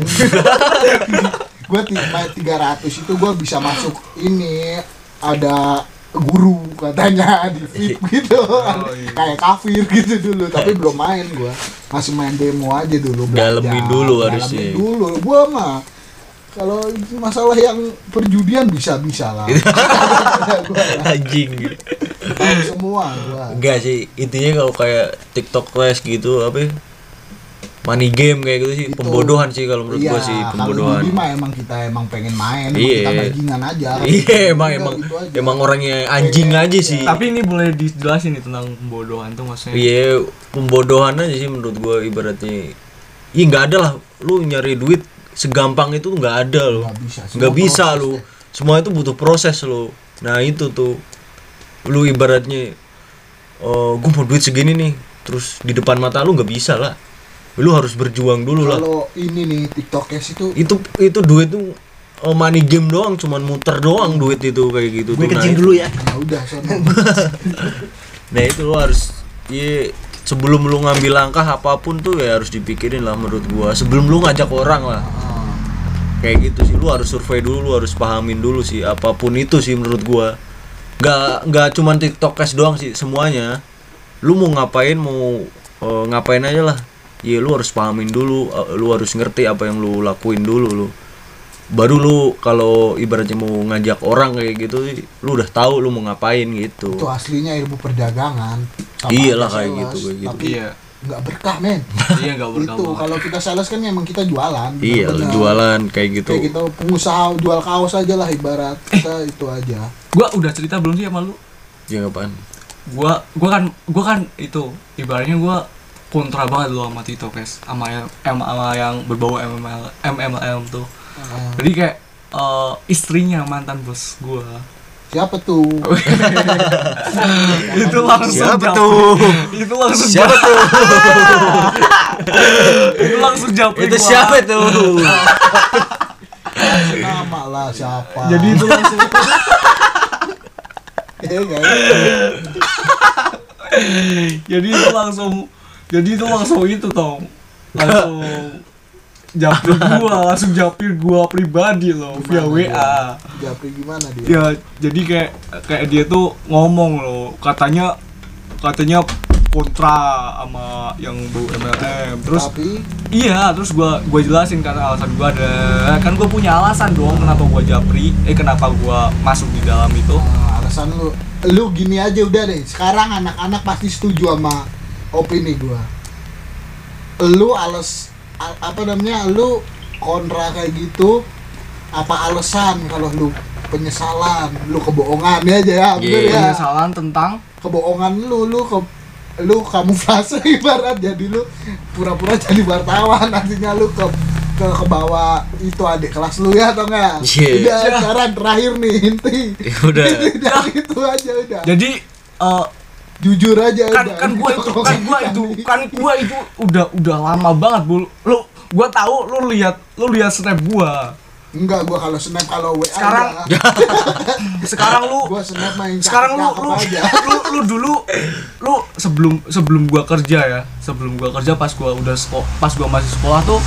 [SPEAKER 2] Gua ti- main tiga ratus itu gua bisa masuk ini ada guru katanya di feed gitu kan.
[SPEAKER 3] iya.
[SPEAKER 2] Kayak kafir gitu dulu tapi belum main gua. Masih main demo aja dulu belajar.
[SPEAKER 1] Dalemin dulu harusnya.
[SPEAKER 2] Dalemin dulu. Gua mah kalau masalah yang perjudian bisa-bisa lah. Gua
[SPEAKER 1] Anjing.
[SPEAKER 2] tahu semua gua.
[SPEAKER 1] Enggak sih, intinya kalau kayak TikTok Clash gitu apa ya? Money game kayak gitu sih,
[SPEAKER 2] Itu.
[SPEAKER 1] pembodohan sih kalau menurut
[SPEAKER 2] Iya,
[SPEAKER 1] gua sih,
[SPEAKER 2] kalau
[SPEAKER 1] pembodohan.
[SPEAKER 2] judi mah emang kita emang pengen main, emang
[SPEAKER 1] Iya.
[SPEAKER 2] kita bajingan aja.
[SPEAKER 1] Iya, emang
[SPEAKER 2] Udah
[SPEAKER 1] emang
[SPEAKER 2] gitu aja.
[SPEAKER 1] emang orangnya anjing
[SPEAKER 2] Pengen-
[SPEAKER 1] aja sih.
[SPEAKER 3] Tapi ini boleh dijelasin nih tentang pembodohan tuh maksudnya.
[SPEAKER 1] Iya, pembodohan aja sih menurut gua ibaratnya. Iya nggak ada lah, lu nyari duit segampang itu nggak ada loh.
[SPEAKER 2] Nggak bisa. Semua
[SPEAKER 1] Nggak bisa
[SPEAKER 2] proses
[SPEAKER 1] lu.
[SPEAKER 2] ya.
[SPEAKER 1] Semua itu butuh proses lo. Nah itu tuh, lu ibaratnya, oh, gue mau duit segini nih, terus di depan mata lu nggak bisa lah. Lu harus berjuang dulu lah.
[SPEAKER 2] Kalau ini nih TikTok cash itu
[SPEAKER 1] Itu itu duit tuh oh, money game doang, cuman muter doang duit itu kayak gitu.
[SPEAKER 4] Gue
[SPEAKER 1] tuh.
[SPEAKER 4] kencing
[SPEAKER 1] Nah,
[SPEAKER 4] dulu ya.
[SPEAKER 2] ya udah sono.
[SPEAKER 1] Nah itu lu harus ya, sebelum lu ngambil langkah apapun tuh ya harus dipikirin lah menurut gua. Sebelum lu ngajak orang lah.
[SPEAKER 2] Ah,
[SPEAKER 1] Kayak gitu sih, lu harus survei dulu, lu harus pahamin dulu sih apapun itu sih menurut gua. Nggak nggak cuman TikTok cash doang sih, semuanya. Lu mau ngapain, mau uh, ngapain aja lah. Ya lu harus pahamin dulu, uh, lu harus ngerti apa yang lu lakuin dulu lu. Baru lu kalau ibaratnya mau ngajak orang kayak gitu, lu udah tahu lu mau ngapain gitu.
[SPEAKER 2] itu aslinya ilmu perdagangan. Sama
[SPEAKER 1] Iyalah
[SPEAKER 2] aja
[SPEAKER 1] kayak
[SPEAKER 2] sales,
[SPEAKER 1] gitu, kayak gitu.
[SPEAKER 2] Tapi
[SPEAKER 3] Iya.
[SPEAKER 2] nggak berkah men.
[SPEAKER 3] Iya nggak
[SPEAKER 2] Itu
[SPEAKER 3] berkabar.
[SPEAKER 2] kalau kita sales kan emang kita jualan.
[SPEAKER 1] Iya, lu
[SPEAKER 2] bener-bener.
[SPEAKER 1] jualan kayak gitu.
[SPEAKER 2] Kayak gitu pengusaha jual kaos aja lah ibarat kita itu aja.
[SPEAKER 3] Gua udah cerita belum sih sama lu?
[SPEAKER 1] Ya apaan?
[SPEAKER 3] Gua gua kan gua kan itu ibaratnya gua kontra banget lu sama TikTok guys, sama yang em- sama yang berbau M M L M M L tuh.
[SPEAKER 2] Ah,
[SPEAKER 3] Jadi kayak eh, istrinya mantan bos gua.
[SPEAKER 2] siapa tuh?
[SPEAKER 3] Itu langsung
[SPEAKER 1] Siapa
[SPEAKER 3] japri.
[SPEAKER 1] tuh?
[SPEAKER 3] Itu langsung
[SPEAKER 1] Siapa
[SPEAKER 3] japri.
[SPEAKER 1] tuh?
[SPEAKER 3] Itu langsung japri
[SPEAKER 1] Itu
[SPEAKER 3] gua.
[SPEAKER 1] siapa tuh?
[SPEAKER 2] Nama lah siapa?
[SPEAKER 3] Jadi itu langsung
[SPEAKER 2] ya kan?
[SPEAKER 3] jadi itu langsung jadi itu langsung itu tong langsung japri gua langsung japri gua pribadi loh via
[SPEAKER 2] Gimana
[SPEAKER 3] W A.
[SPEAKER 2] Japri gimana dia?
[SPEAKER 3] Ya jadi kayak kayak dia tuh ngomong loh, katanya katanya kontra sama yang bau M L M. Terus
[SPEAKER 2] Tapi
[SPEAKER 3] iya, terus gua gua jelasin kan alasan gua ada. Kan gua punya alasan dong kenapa gua japri, eh kenapa gua masuk di dalam itu.
[SPEAKER 2] nah, alasan lu lu gini aja udah deh. Sekarang anak-anak pasti setuju sama opini gua. Lu ales a- apa namanya? Lu kontra kayak gitu apa alasan kalau lu penyesalan, lu kebohongan aja ya, bener
[SPEAKER 1] Iya.
[SPEAKER 2] ya.
[SPEAKER 3] Penyesalan tentang
[SPEAKER 2] Kebohongan lu, lu ke lu kamuflase ibarat jadi lu pura-pura jadi wartawan artinya lu ke ke ke bawah itu adik kelas lu ya atau enggak?
[SPEAKER 1] Iya.
[SPEAKER 2] Udah sekarang terakhir nih inti.
[SPEAKER 1] Ya udah.
[SPEAKER 2] Udah itu aja udah.
[SPEAKER 3] jadi eh,
[SPEAKER 2] Jujur aja
[SPEAKER 3] kan
[SPEAKER 2] udah.
[SPEAKER 3] kan gua itu kan gua itu kan gua itu udah udah lama banget bu lu gua tahu lu lihat lu lihat snap gua
[SPEAKER 2] Enggak, gua kalau snap kalau W A
[SPEAKER 3] Sekarang-
[SPEAKER 2] ya.
[SPEAKER 3] sekarang lu
[SPEAKER 2] Gua snap main
[SPEAKER 3] sekarang lu
[SPEAKER 2] cakep
[SPEAKER 3] lu,
[SPEAKER 2] aja.
[SPEAKER 3] lu lu dulu lu sebelum sebelum gua kerja ya sebelum gua kerja pas gua udah sekolah pas gua masih sekolah tuh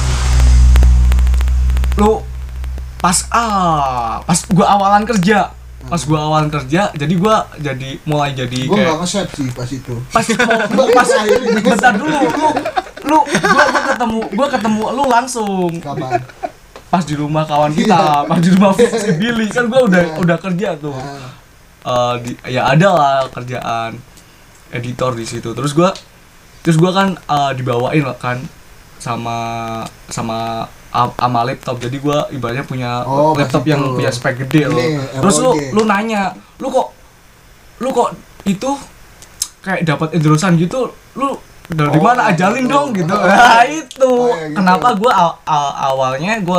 [SPEAKER 3] lu pas ah pas gua awalan kerja pas gua awalan kerja jadi gua jadi mulai jadi
[SPEAKER 2] Gua
[SPEAKER 3] kayak
[SPEAKER 2] enggak nge-save sih pas itu.
[SPEAKER 3] pas mau pas bentar dulu lu lu gua, gua ketemu gua ketemu lu langsung
[SPEAKER 2] Kapan?
[SPEAKER 3] pas di rumah kawan kita pas di rumah si Billy kan gua udah udah kerja tuh.
[SPEAKER 2] Nah,
[SPEAKER 3] Eh, di, ya ada lah kerjaan editor di situ terus gua terus gua kan eh, dibawain lah kan sama sama a- sama laptop jadi gua ibaratnya punya
[SPEAKER 2] Oh,
[SPEAKER 3] laptop
[SPEAKER 2] pas
[SPEAKER 3] yang
[SPEAKER 2] itu.
[SPEAKER 3] punya spek gede loh
[SPEAKER 2] Ini,
[SPEAKER 3] terus lu
[SPEAKER 2] R O G.
[SPEAKER 3] lu nanya lu kok lu kok itu kayak dapat endorsean gitu lu dari
[SPEAKER 2] Oh,
[SPEAKER 3] mana ajalin
[SPEAKER 2] gitu.
[SPEAKER 3] dong gitu
[SPEAKER 2] Oh,
[SPEAKER 3] nah itu
[SPEAKER 2] oh, ya gitu.
[SPEAKER 3] kenapa gua aw- aw- awalnya gua